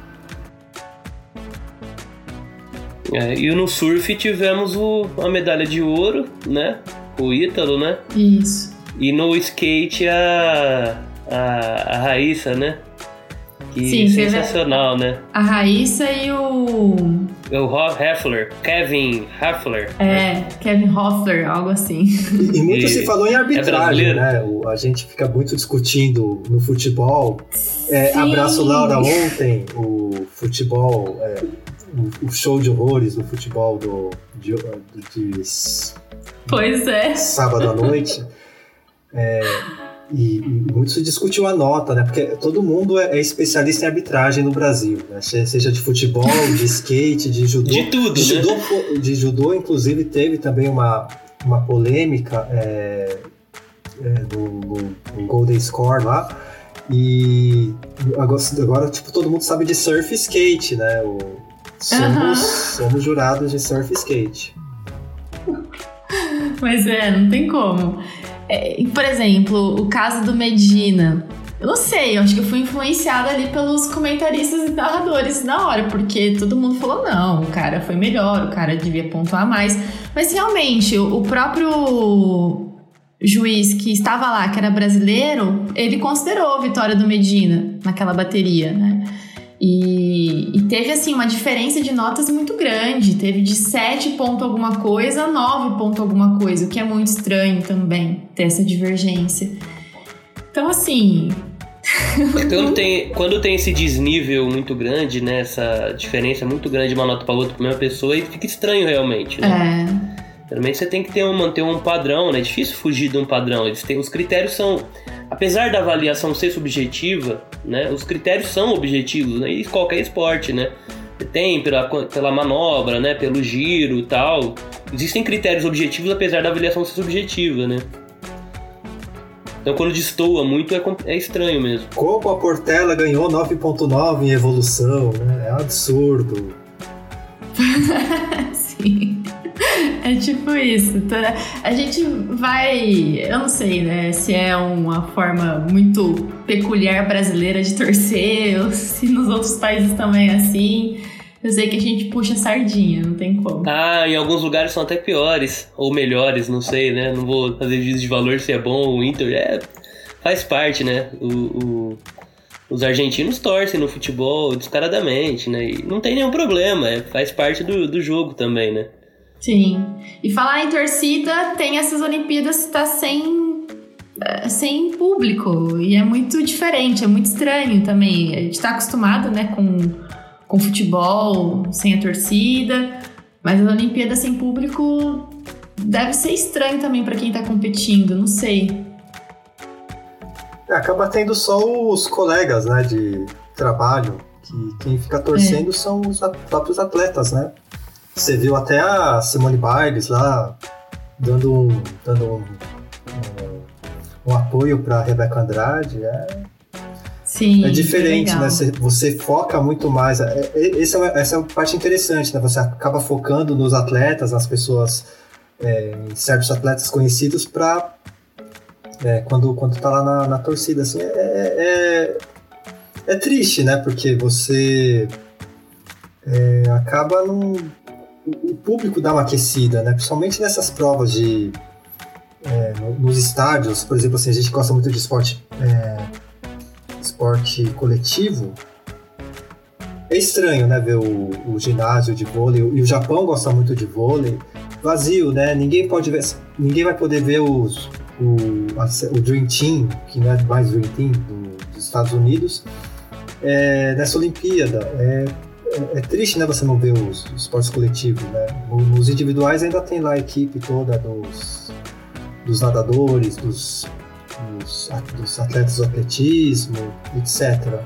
E no surf tivemos a medalha de ouro, né? O Ítalo, né? Isso. E no skate a Raíssa, né? Que sim, sensacional, né? A Raíssa e o Heffler, Kevin Heffler. Kevin Heffler, algo assim. E muito se falou em arbitragem, né? A gente fica muito discutindo no futebol. Abraço Laura ontem, o futebol, o show de horrores no futebol de sábado à noite. E muito se discutiu a nota, né? Porque todo mundo é especialista em arbitragem no Brasil, né? Seja de futebol, de skate, de judô. De tudo, né? De judô, inclusive, teve também uma polêmica no Golden Score lá. E agora tipo, todo mundo sabe de surf e skate, né? Somos jurados de surf e skate. Mas não tem como. Por exemplo, o caso do Medina, eu não sei, eu acho que eu fui influenciada ali pelos comentaristas e narradores na hora, porque todo mundo falou, não, o cara foi melhor, o cara devia pontuar mais, mas realmente, o próprio juiz que estava lá, que era brasileiro, ele considerou a vitória do Medina naquela bateria, né? E teve, assim, uma diferença de notas muito grande. Teve de 7 ponto alguma coisa a 9 ponto alguma coisa, o que é muito estranho também, ter essa divergência. Então, assim... Quando tem esse desnível muito grande, né, essa diferença muito grande de uma nota para outra para uma pessoa, aí fica estranho realmente, né? Realmente você tem que manter um padrão, né? É difícil fugir de um padrão. Os critérios são... Apesar da avaliação ser subjetiva, né, os critérios são objetivos, né, e qualquer esporte, né, tem pela manobra, né, pelo giro e tal, existem critérios objetivos apesar da avaliação ser subjetiva, né. Então quando destoa muito é estranho mesmo. Como a Portela ganhou 9.9 em evolução, né, é um absurdo. Sim. É tipo isso. A gente vai... Eu não sei, né? Se é uma forma muito peculiar brasileira de torcer, ou se nos outros países também é assim. Eu sei que a gente puxa sardinha, não tem como. Em alguns lugares são até piores, ou melhores, não sei, né? Não vou fazer juízo de valor se é bom ou Inter. Faz parte, né? Os argentinos torcem no futebol descaradamente, né? E não tem nenhum problema, faz parte do jogo também, né? Sim. E falar em torcida, tem essas Olimpíadas que tá sem público. E é muito diferente, é muito estranho também. A gente tá acostumado, né, com futebol sem a torcida. Mas as Olimpíadas sem público deve ser estranho também pra quem tá competindo, não sei. Acaba tendo só os colegas, né, de trabalho, que quem fica torcendo são os próprios atletas, né? Você viu até a Simone Biles lá dando um apoio para Rebeca Andrade. Sim, é diferente, né? Você foca muito mais. Essa é a parte interessante, né? Você acaba focando nos atletas, nas pessoas, em certos atletas conhecidos para quando tá lá na torcida, assim, é triste, né? Porque você acaba o público dá uma aquecida, né? Principalmente nessas provas nos estádios, por exemplo, assim, a gente gosta muito de esporte coletivo. É estranho, né? Ver o ginásio de vôlei, e o Japão gosta muito de vôlei, vazio, né? Ninguém vai poder ver o Dream Team, que não é mais Dream Team dos Estados Unidos, nessa Olimpíada. É triste, né, você não ver os esportes coletivos, né? Nos individuais ainda tem lá a equipe toda dos nadadores, dos atletas do atletismo, etc.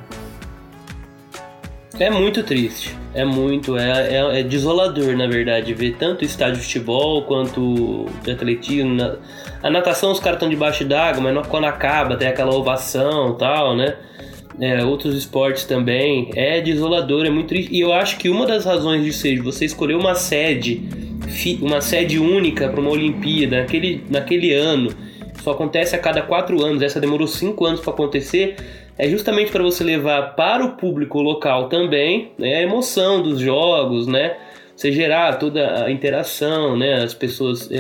É muito triste, é desolador, na verdade, ver tanto estádio de futebol quanto de atletismo. A natação os caras estão debaixo d'água, mas quando acaba tem aquela ovação e tal, né? Outros esportes também, é desolador, é muito triste. E eu acho que uma das razões de ser você escolher uma sede única para uma Olimpíada naquele ano, só acontece a cada 4 anos, essa demorou 5 anos para acontecer, é justamente para você levar para o público local também, né, a emoção dos jogos, né? Você gerar toda a interação, né? As pessoas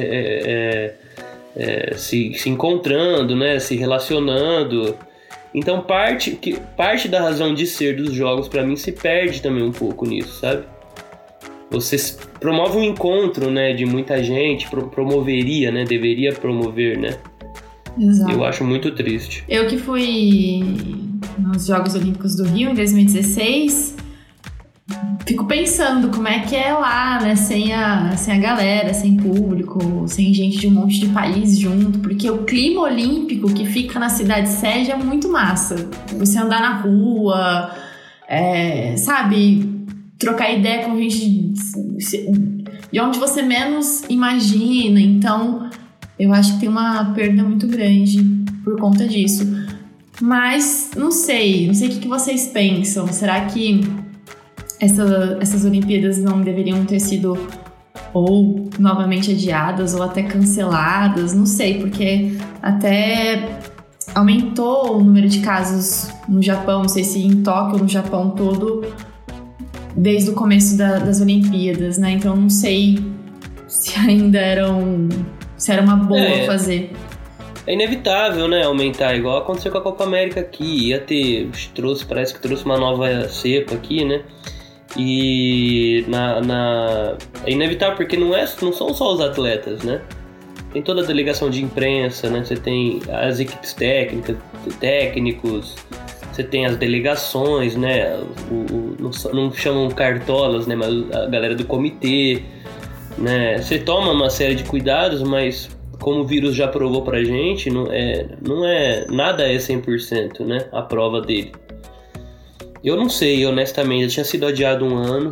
se encontrando, né? Se relacionando. Então parte da razão de ser dos jogos para mim se perde também um pouco nisso, sabe? Você promove um encontro, né, de muita gente, promoveria, né, deveria promover, né? Exato. Eu acho muito triste. Eu que fui nos Jogos Olímpicos do Rio em 2016, fico pensando como é que é lá, né, sem a galera, sem público, sem gente de um monte de país junto, porque o clima olímpico que fica na cidade sede é muito massa. Você andar na rua, sabe, trocar ideia com gente de onde você menos imagina. Então, eu acho que tem uma perda muito grande por conta disso. Mas, não sei o que vocês pensam. Será que essas Olimpíadas não deveriam ter sido ou novamente adiadas ou até canceladas? Não sei, porque até aumentou o número de casos no Japão, não sei se em Tóquio ou no Japão todo, desde o começo das Olimpíadas, né? Então não sei se ainda era uma boa fazer. É inevitável, né, aumentar, igual aconteceu com a Copa América aqui, parece que trouxe uma nova cepa aqui, né? E é inevitável porque não são só os atletas, né? Tem toda a delegação de imprensa, né? Você tem as equipes técnicos, você tem as delegações, né? Não chamam cartolas, né? Mas a galera do comitê, né? Você toma uma série de cuidados, mas como o vírus já provou pra gente, nada é 100%, né? A prova dele. Eu não sei, honestamente, já tinha sido adiado um ano.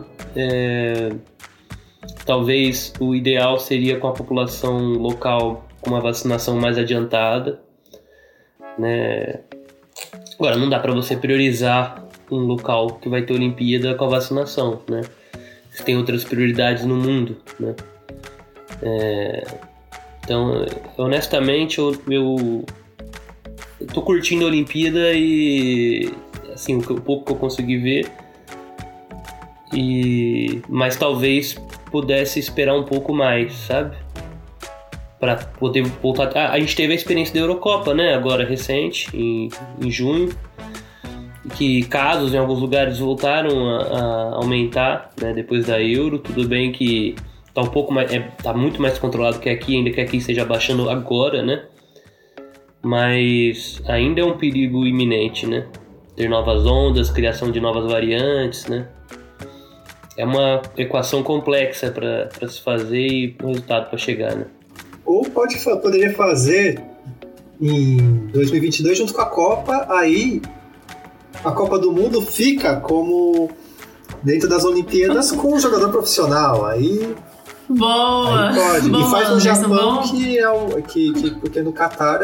Talvez o ideal seria com a população local com uma vacinação mais adiantada, né? Agora, não dá para você priorizar um local que vai ter Olimpíada com a vacinação, né? Tem outras prioridades no mundo, né? Então, honestamente, eu tô curtindo a Olimpíada e, assim, o pouco que eu consegui ver, mas talvez pudesse esperar um pouco mais, sabe? Para poder voltar. A gente teve a experiência da Eurocopa, né? Agora, recente, em junho, que casos em alguns lugares voltaram a aumentar, né? Depois da Euro. Tudo bem que tá um pouco mais, tá muito mais controlado que aqui, ainda que aqui esteja baixando agora, né? Mas ainda é um perigo iminente, né? Ter novas ondas, criação de novas variantes, né? É uma equação complexa para se fazer e um resultado para chegar, né? Ou poderia fazer em 2022 junto com a Copa, aí a Copa do Mundo fica como dentro das Olimpíadas com um jogador profissional, aí boa! Aí pode. Boa, e faz no Japão, bom. porque no Catar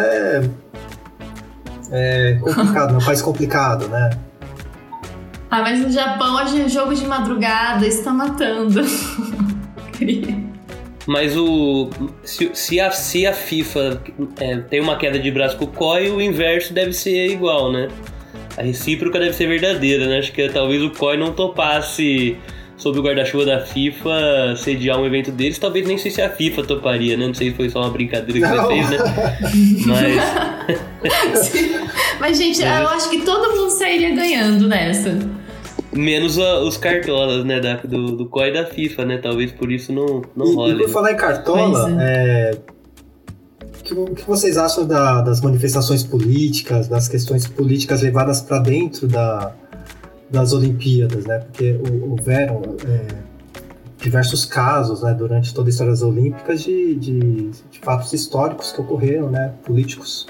é complicado, é um país complicado, né? Ah, mas no Japão hoje jogo de madrugada está matando. Mas se a FIFA tem uma queda de braço com o COI, o inverso deve ser igual, né? A recíproca deve ser verdadeira, né? Acho que talvez o COI não topasse, sob o guarda-chuva da FIFA, sediar um evento deles. Talvez nem sei se a FIFA toparia, né? Não sei se foi só uma brincadeira que você fez, né? Mas, gente, eu acho que todo mundo sairia ganhando nessa. Menos os cartolas, né? Do COI e da FIFA, né? Talvez por isso não role. E por falar em cartola, o que vocês acham das manifestações políticas, das questões políticas levadas para dentro das Olimpíadas, né? Porque houveram diversos casos, né, durante toda a história das Olímpicas de fatos históricos que ocorreram, né, políticos.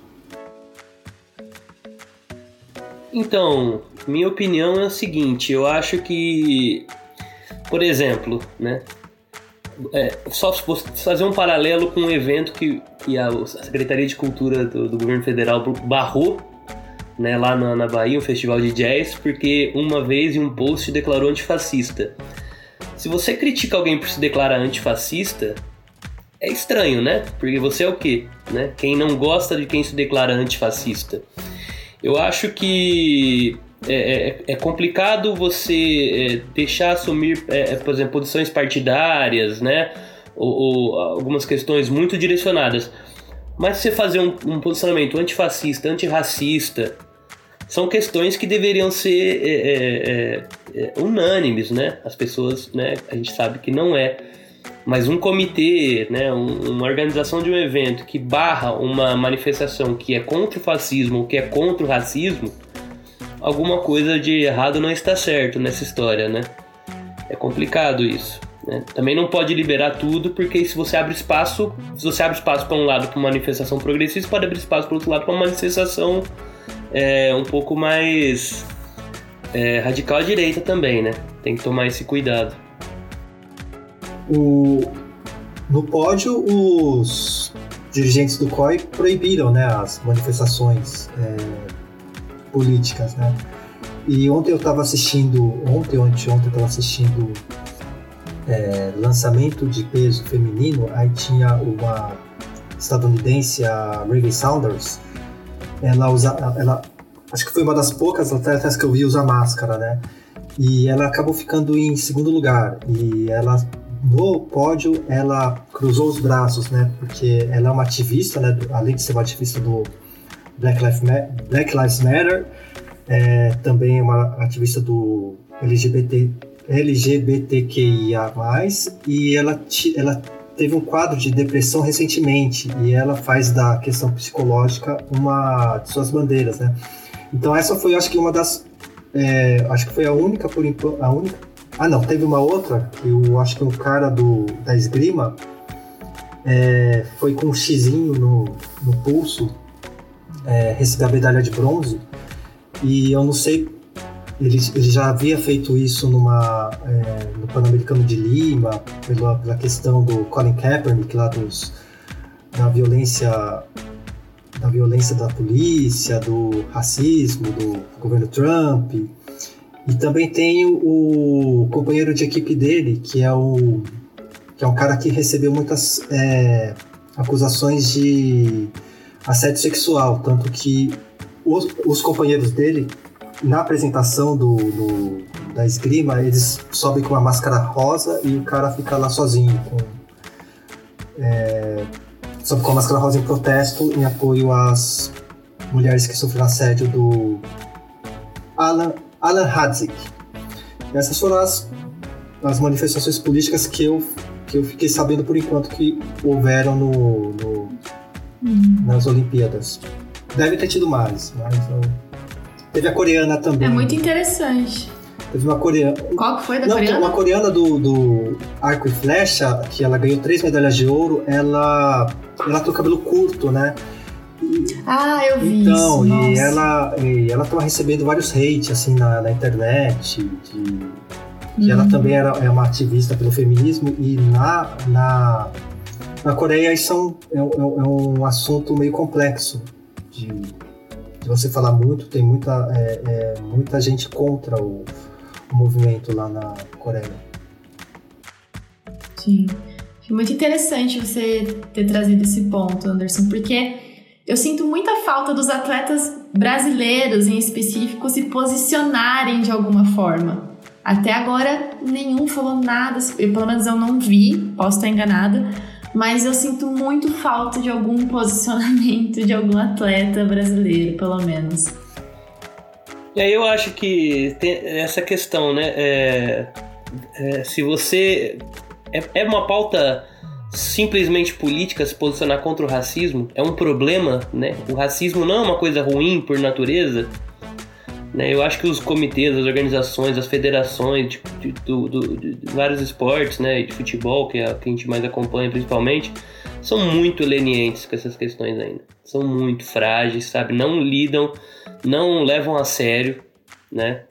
Então, minha opinião é a seguinte, eu acho que, por exemplo, né, só fazer um paralelo com um evento que a Secretaria de Cultura do Governo Federal barrou, né, lá na Bahia, um festival de jazz, porque uma vez em um post declarou antifascista. Se você critica alguém por se declarar antifascista, é estranho, né? Porque você é o quê? Né? Quem não gosta de quem se declara antifascista. Eu acho que é complicado você deixar assumir, por exemplo, posições partidárias, né? Ou algumas questões muito direcionadas. Mas você fazer um posicionamento antifascista, antirracista, são questões que deveriam ser unânimes, né? As pessoas, né? A gente sabe que não é. Mas um comitê, né? Uma organização de um evento que barra uma manifestação que é contra o fascismo ou que é contra o racismo, alguma coisa de errado não está certo nessa história, né? É complicado isso, né? Também não pode liberar tudo, porque se você abre espaço para um lado para uma manifestação progressista, pode abrir espaço para o outro lado para uma manifestação um pouco mais radical à direita também, né? Tem que tomar esse cuidado. No pódio, os dirigentes do COI proibiram, né, as manifestações políticas, né? E ontem eu estava assistindo, lançamento de peso feminino. Aí tinha uma estadunidense, a Raven Saunders. Ela acho que foi uma das poucas atletas que eu vi usar máscara, né? E ela acabou ficando em segundo lugar. E ela, no pódio, ela cruzou os braços, né? Porque ela é uma ativista, né? Além de ser uma ativista do Black Lives Matter, também é uma ativista do LGBTQIA+, e ela teve um quadro de depressão recentemente, e ela faz da questão psicológica uma de suas bandeiras, né? Então essa foi, acho que uma das... acho que foi a única, por enquanto... não, teve uma outra, que eu acho que o cara da esgrima foi com um xizinho no pulso, receber a medalha de bronze, e eu não sei, ele já havia feito isso no Pan-Americano de Lima, pela questão do Colin Kaepernick, lá da violência da polícia, do racismo, do governo Trump. E também tem o companheiro de equipe dele, que é um cara que recebeu muitas acusações de assédio sexual, tanto que os companheiros dele, na apresentação da esgrima, eles sobem com uma máscara rosa e o cara fica lá sozinho, sobe com a máscara rosa em protesto, em apoio às mulheres que sofreram assédio do Alan Hadzik. Essas foram as manifestações políticas que eu que eu fiquei sabendo por enquanto que houveram nas Olimpíadas. Deve ter tido mais, mas teve a coreana também. É muito interessante. Teve uma coreana. Qual que foi da coreana? Uma coreana do arco e flecha, que ela ganhou 3 medalhas de ouro, ela tem o cabelo curto, né? Eu vi então, isso. E ela tava recebendo vários hates, assim, na internet, que ela também é uma ativista pelo feminismo, e na Coreia isso é um assunto meio complexo de você falar muito, tem muita gente contra o movimento lá na Coreia. Sim. Foi muito interessante você ter trazido esse ponto, Anderson, porque eu sinto muita falta dos atletas brasileiros, em específico, se posicionarem de alguma forma. Até agora, nenhum falou nada, pelo menos eu não vi, posso estar enganada, mas eu sinto muito falta de algum posicionamento de algum atleta brasileiro, pelo menos. E aí eu acho que tem essa questão, né? Se você... É uma pauta simplesmente política se posicionar contra o racismo, é um problema, né? O racismo não é uma coisa ruim por natureza, né? Eu acho que os comitês, as organizações, as federações de vários esportes, né? De futebol, que é a que a gente mais acompanha principalmente, são muito lenientes com essas questões ainda. São muito frágeis, sabe? Não lidam, não levam a sério, né?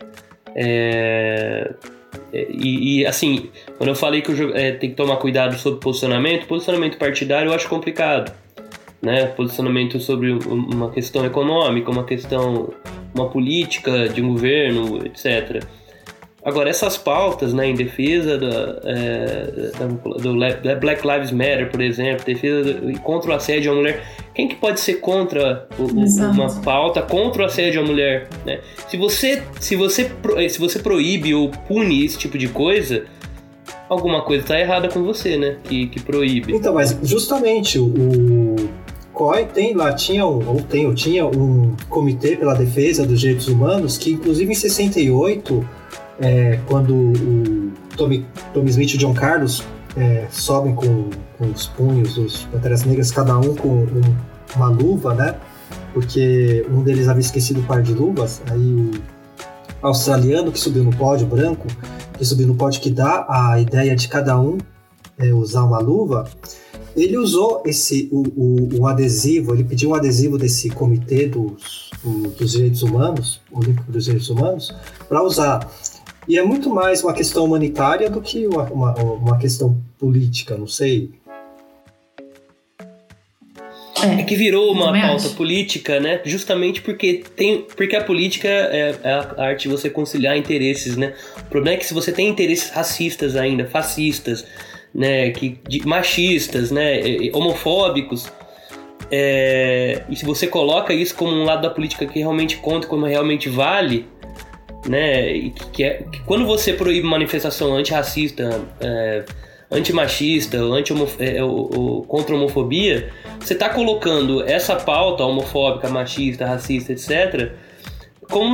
E assim, quando eu falei que tem que tomar cuidado sobre posicionamento partidário eu acho complicado, né? Posicionamento sobre uma questão econômica, uma política de um governo, etc. Agora, essas pautas, né, em defesa do Black Lives Matter, por exemplo, contra o assédio à mulher, quem que pode ser contra uma pauta contra o assédio à mulher, né? Se você proíbe ou pune esse tipo de coisa, alguma coisa está errada com você, né? Que proíbe. Então, mas justamente o COI tinha um comitê pela defesa dos direitos humanos que, inclusive, em 68, quando o Tommy Smith e o John Carlos sobem com os punhos, os Panteras Negras, cada um com uma luva, né? Porque um deles havia esquecido o par de luvas, aí o australiano que subiu no pódio, branco, que subiu no pódio, que dá a ideia de cada um usar uma luva, ele usou um adesivo, ele pediu um adesivo desse comitê dos direitos humanos, Olímpico dos Direitos Humanos, para usar. E é muito mais uma questão humanitária do que uma questão política, não sei. É que virou uma pauta política, né? Justamente porque a política é a arte de você conciliar interesses, né? O problema é que se você tem interesses racistas ainda, fascistas, né? Machistas, né? Homofóbicos, e se você coloca isso como um lado da política que realmente conta, como realmente vale, né? E que quando você proíbe manifestação antirracista, antimachista, contra a homofobia, você está colocando essa pauta homofóbica, machista, racista, etc., como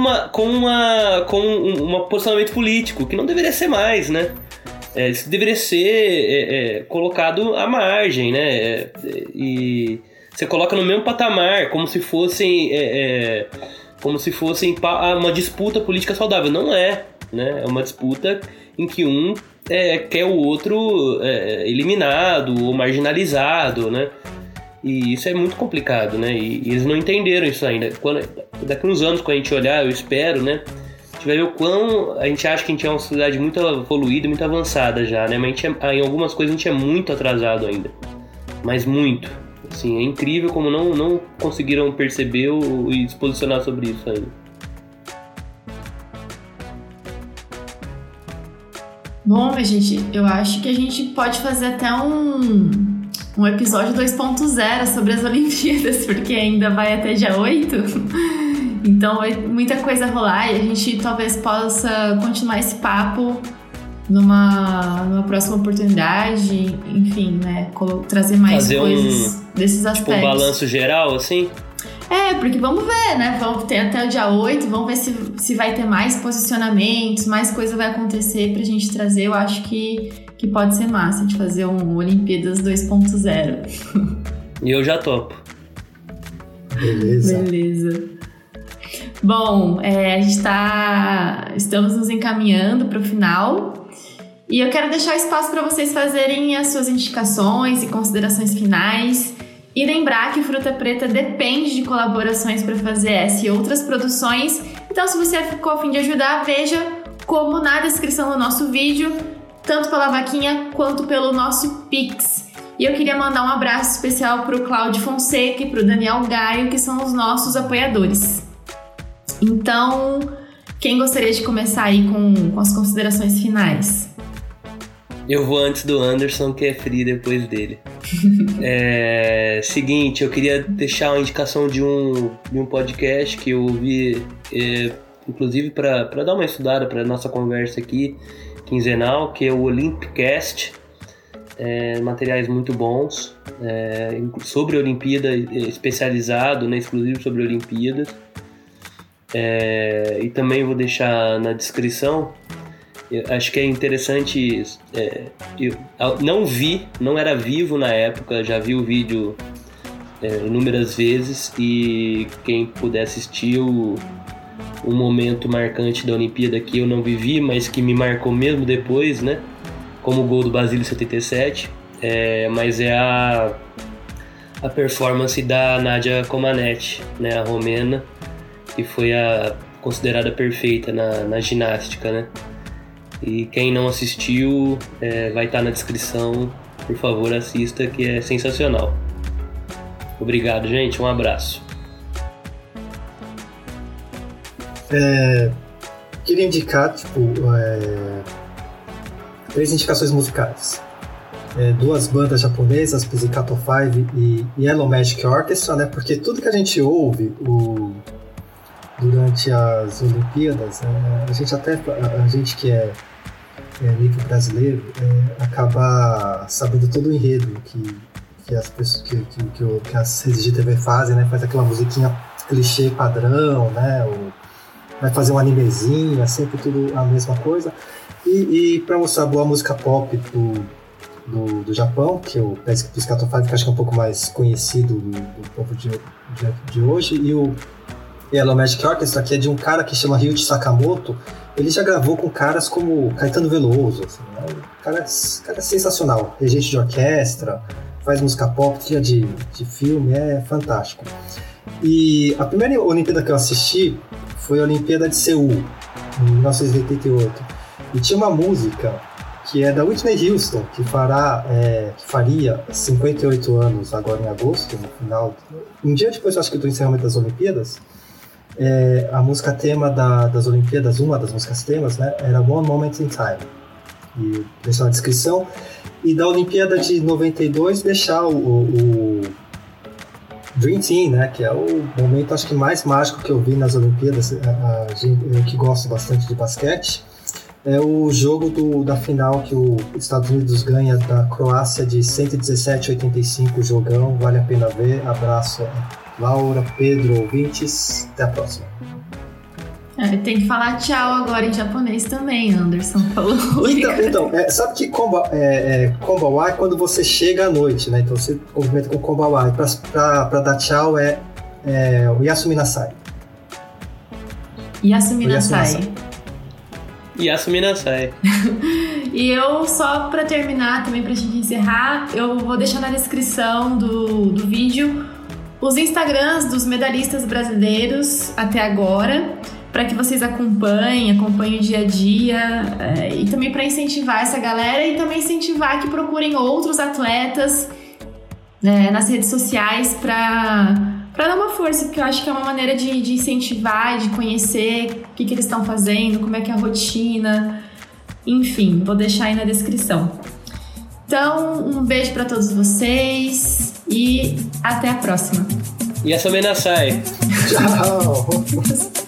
um posicionamento político, que não deveria ser mais, né? Isso deveria ser colocado à margem, né? E você coloca no mesmo patamar, como se fossem uma disputa política saudável. Não é, né? É uma disputa em que um quer o outro eliminado ou marginalizado, né? E isso é muito complicado, né? E eles não entenderam isso ainda. Daqui uns anos, quando a gente olhar, eu espero, né? A gente vai ver o quão a gente acha que a gente é uma sociedade muito evoluída, muito avançada já, né? Mas em algumas coisas a gente é muito atrasado ainda. Mas muito. Assim, é incrível como não conseguiram perceber e se posicionar sobre isso ainda. Bom, minha gente, eu acho que a gente pode fazer até um episódio 2.0 sobre as Olimpíadas, porque ainda vai até dia 8. Então vai muita coisa rolar e a gente talvez possa continuar esse papo numa próxima oportunidade, enfim, né? Trazer mais coisas desses aspectos. Tipo um balanço geral, assim? Porque vamos ver, né? Vamos ter até o dia 8, vamos ver se vai ter mais posicionamentos, mais coisa vai acontecer pra gente trazer. Eu acho que que pode ser massa de fazer um Olimpíadas 2.0. E eu já topo. Beleza. Bom, a gente estamos nos encaminhando para o final e eu quero deixar espaço para vocês fazerem as suas indicações e considerações finais e lembrar que Fruta Preta depende de colaborações para fazer essa e outras produções. Então, se você ficou a fim de ajudar, veja como na descrição do nosso vídeo, tanto pela vaquinha quanto pelo nosso Pix. E eu queria mandar um abraço especial para o Cláudio Fonseca e para o Daniel Gaio, que são os nossos apoiadores. Então, quem gostaria de começar aí com as considerações finais? Eu vou antes do Anderson, que é free depois dele. Seguinte, eu queria deixar uma indicação de um podcast que eu ouvi, inclusive para dar uma estudada para nossa conversa aqui, quinzenal, que é o Olympicast. Materiais muito bons, sobre Olimpíada, especializado, né, exclusivo sobre Olimpíadas. E também vou deixar na descrição. Eu acho que é interessante. Eu não era vivo na época, já vi o vídeo inúmeras vezes, e quem puder assistir um momento marcante da Olimpíada que eu não vivi, mas que me marcou mesmo depois, né? Como o gol do Basílio 77, mas é a performance da Nadia Comaneci, né, a romena, que foi considerada perfeita na ginástica, né? E quem não assistiu, vai estar na descrição, por favor assista, que é sensacional. Obrigado, gente, um abraço. Queria indicar, 3 indicações musicais. 2 bandas japonesas, Pizzicato 5 e Yellow Magic Orchestra, né? Porque tudo que a gente ouve durante as Olimpíadas, a gente que é nível brasileiro, acaba sabendo todo o enredo que as pessoas que as redes de TV fazem, né? Faz aquela musiquinha clichê padrão, né? Vai fazer um animezinho, é sempre tudo a mesma coisa. E para mostrar boa música pop do Japão, que é o Pizzicato 5, que acho que é um pouco mais conhecido do povo de hoje, e o Yellow Magic Orchestra, que é de um cara que chama Ryuichi Sakamoto. Ele já gravou com caras como Caetano Veloso, assim, né? O cara é sensacional, regente de orquestra, faz música pop, trilha de filme, é fantástico. E a primeira Olimpíada que eu assisti foi a Olimpíada de Seul, em 1988. E tinha uma música que é da Whitney Houston, que faria 58 anos agora em agosto, no final. Um dia depois, eu acho que do encerramento das Olimpíadas, a música tema das Olimpíadas, uma das músicas temas, né, era One Moment in Time. E deixar na descrição. E da Olimpíada de 92, deixar o Dream Team, né, que é o momento, acho que mais mágico que eu vi nas Olimpíadas, eu que gosto bastante de basquete, é o jogo da final que os Estados Unidos ganha da Croácia de 117-85, jogão, vale a pena ver. Abraço, Laura, Pedro, ouvintes, até a próxima. Tem que falar tchau agora em japonês também, Anderson falou. Então, sabe que konbanwa é quando você chega à noite, né? Então você cumprimenta com konbanwa. Pra dar tchau o Yasumi Nasai. Yasumi Nasai. Yasumi Nasai. E eu, só pra terminar, também pra gente encerrar, eu vou deixar na descrição do vídeo os Instagrams dos medalhistas brasileiros até agora, para que vocês acompanhem o dia a dia, e também para incentivar essa galera e também incentivar que procurem outros atletas nas redes sociais para dar uma força, porque eu acho que é uma maneira de incentivar, de conhecer o que eles estão fazendo, como é que é a rotina, enfim, vou deixar aí na descrição. Então, um beijo para todos vocês e até a próxima. Yasumi Nasai. Tchau.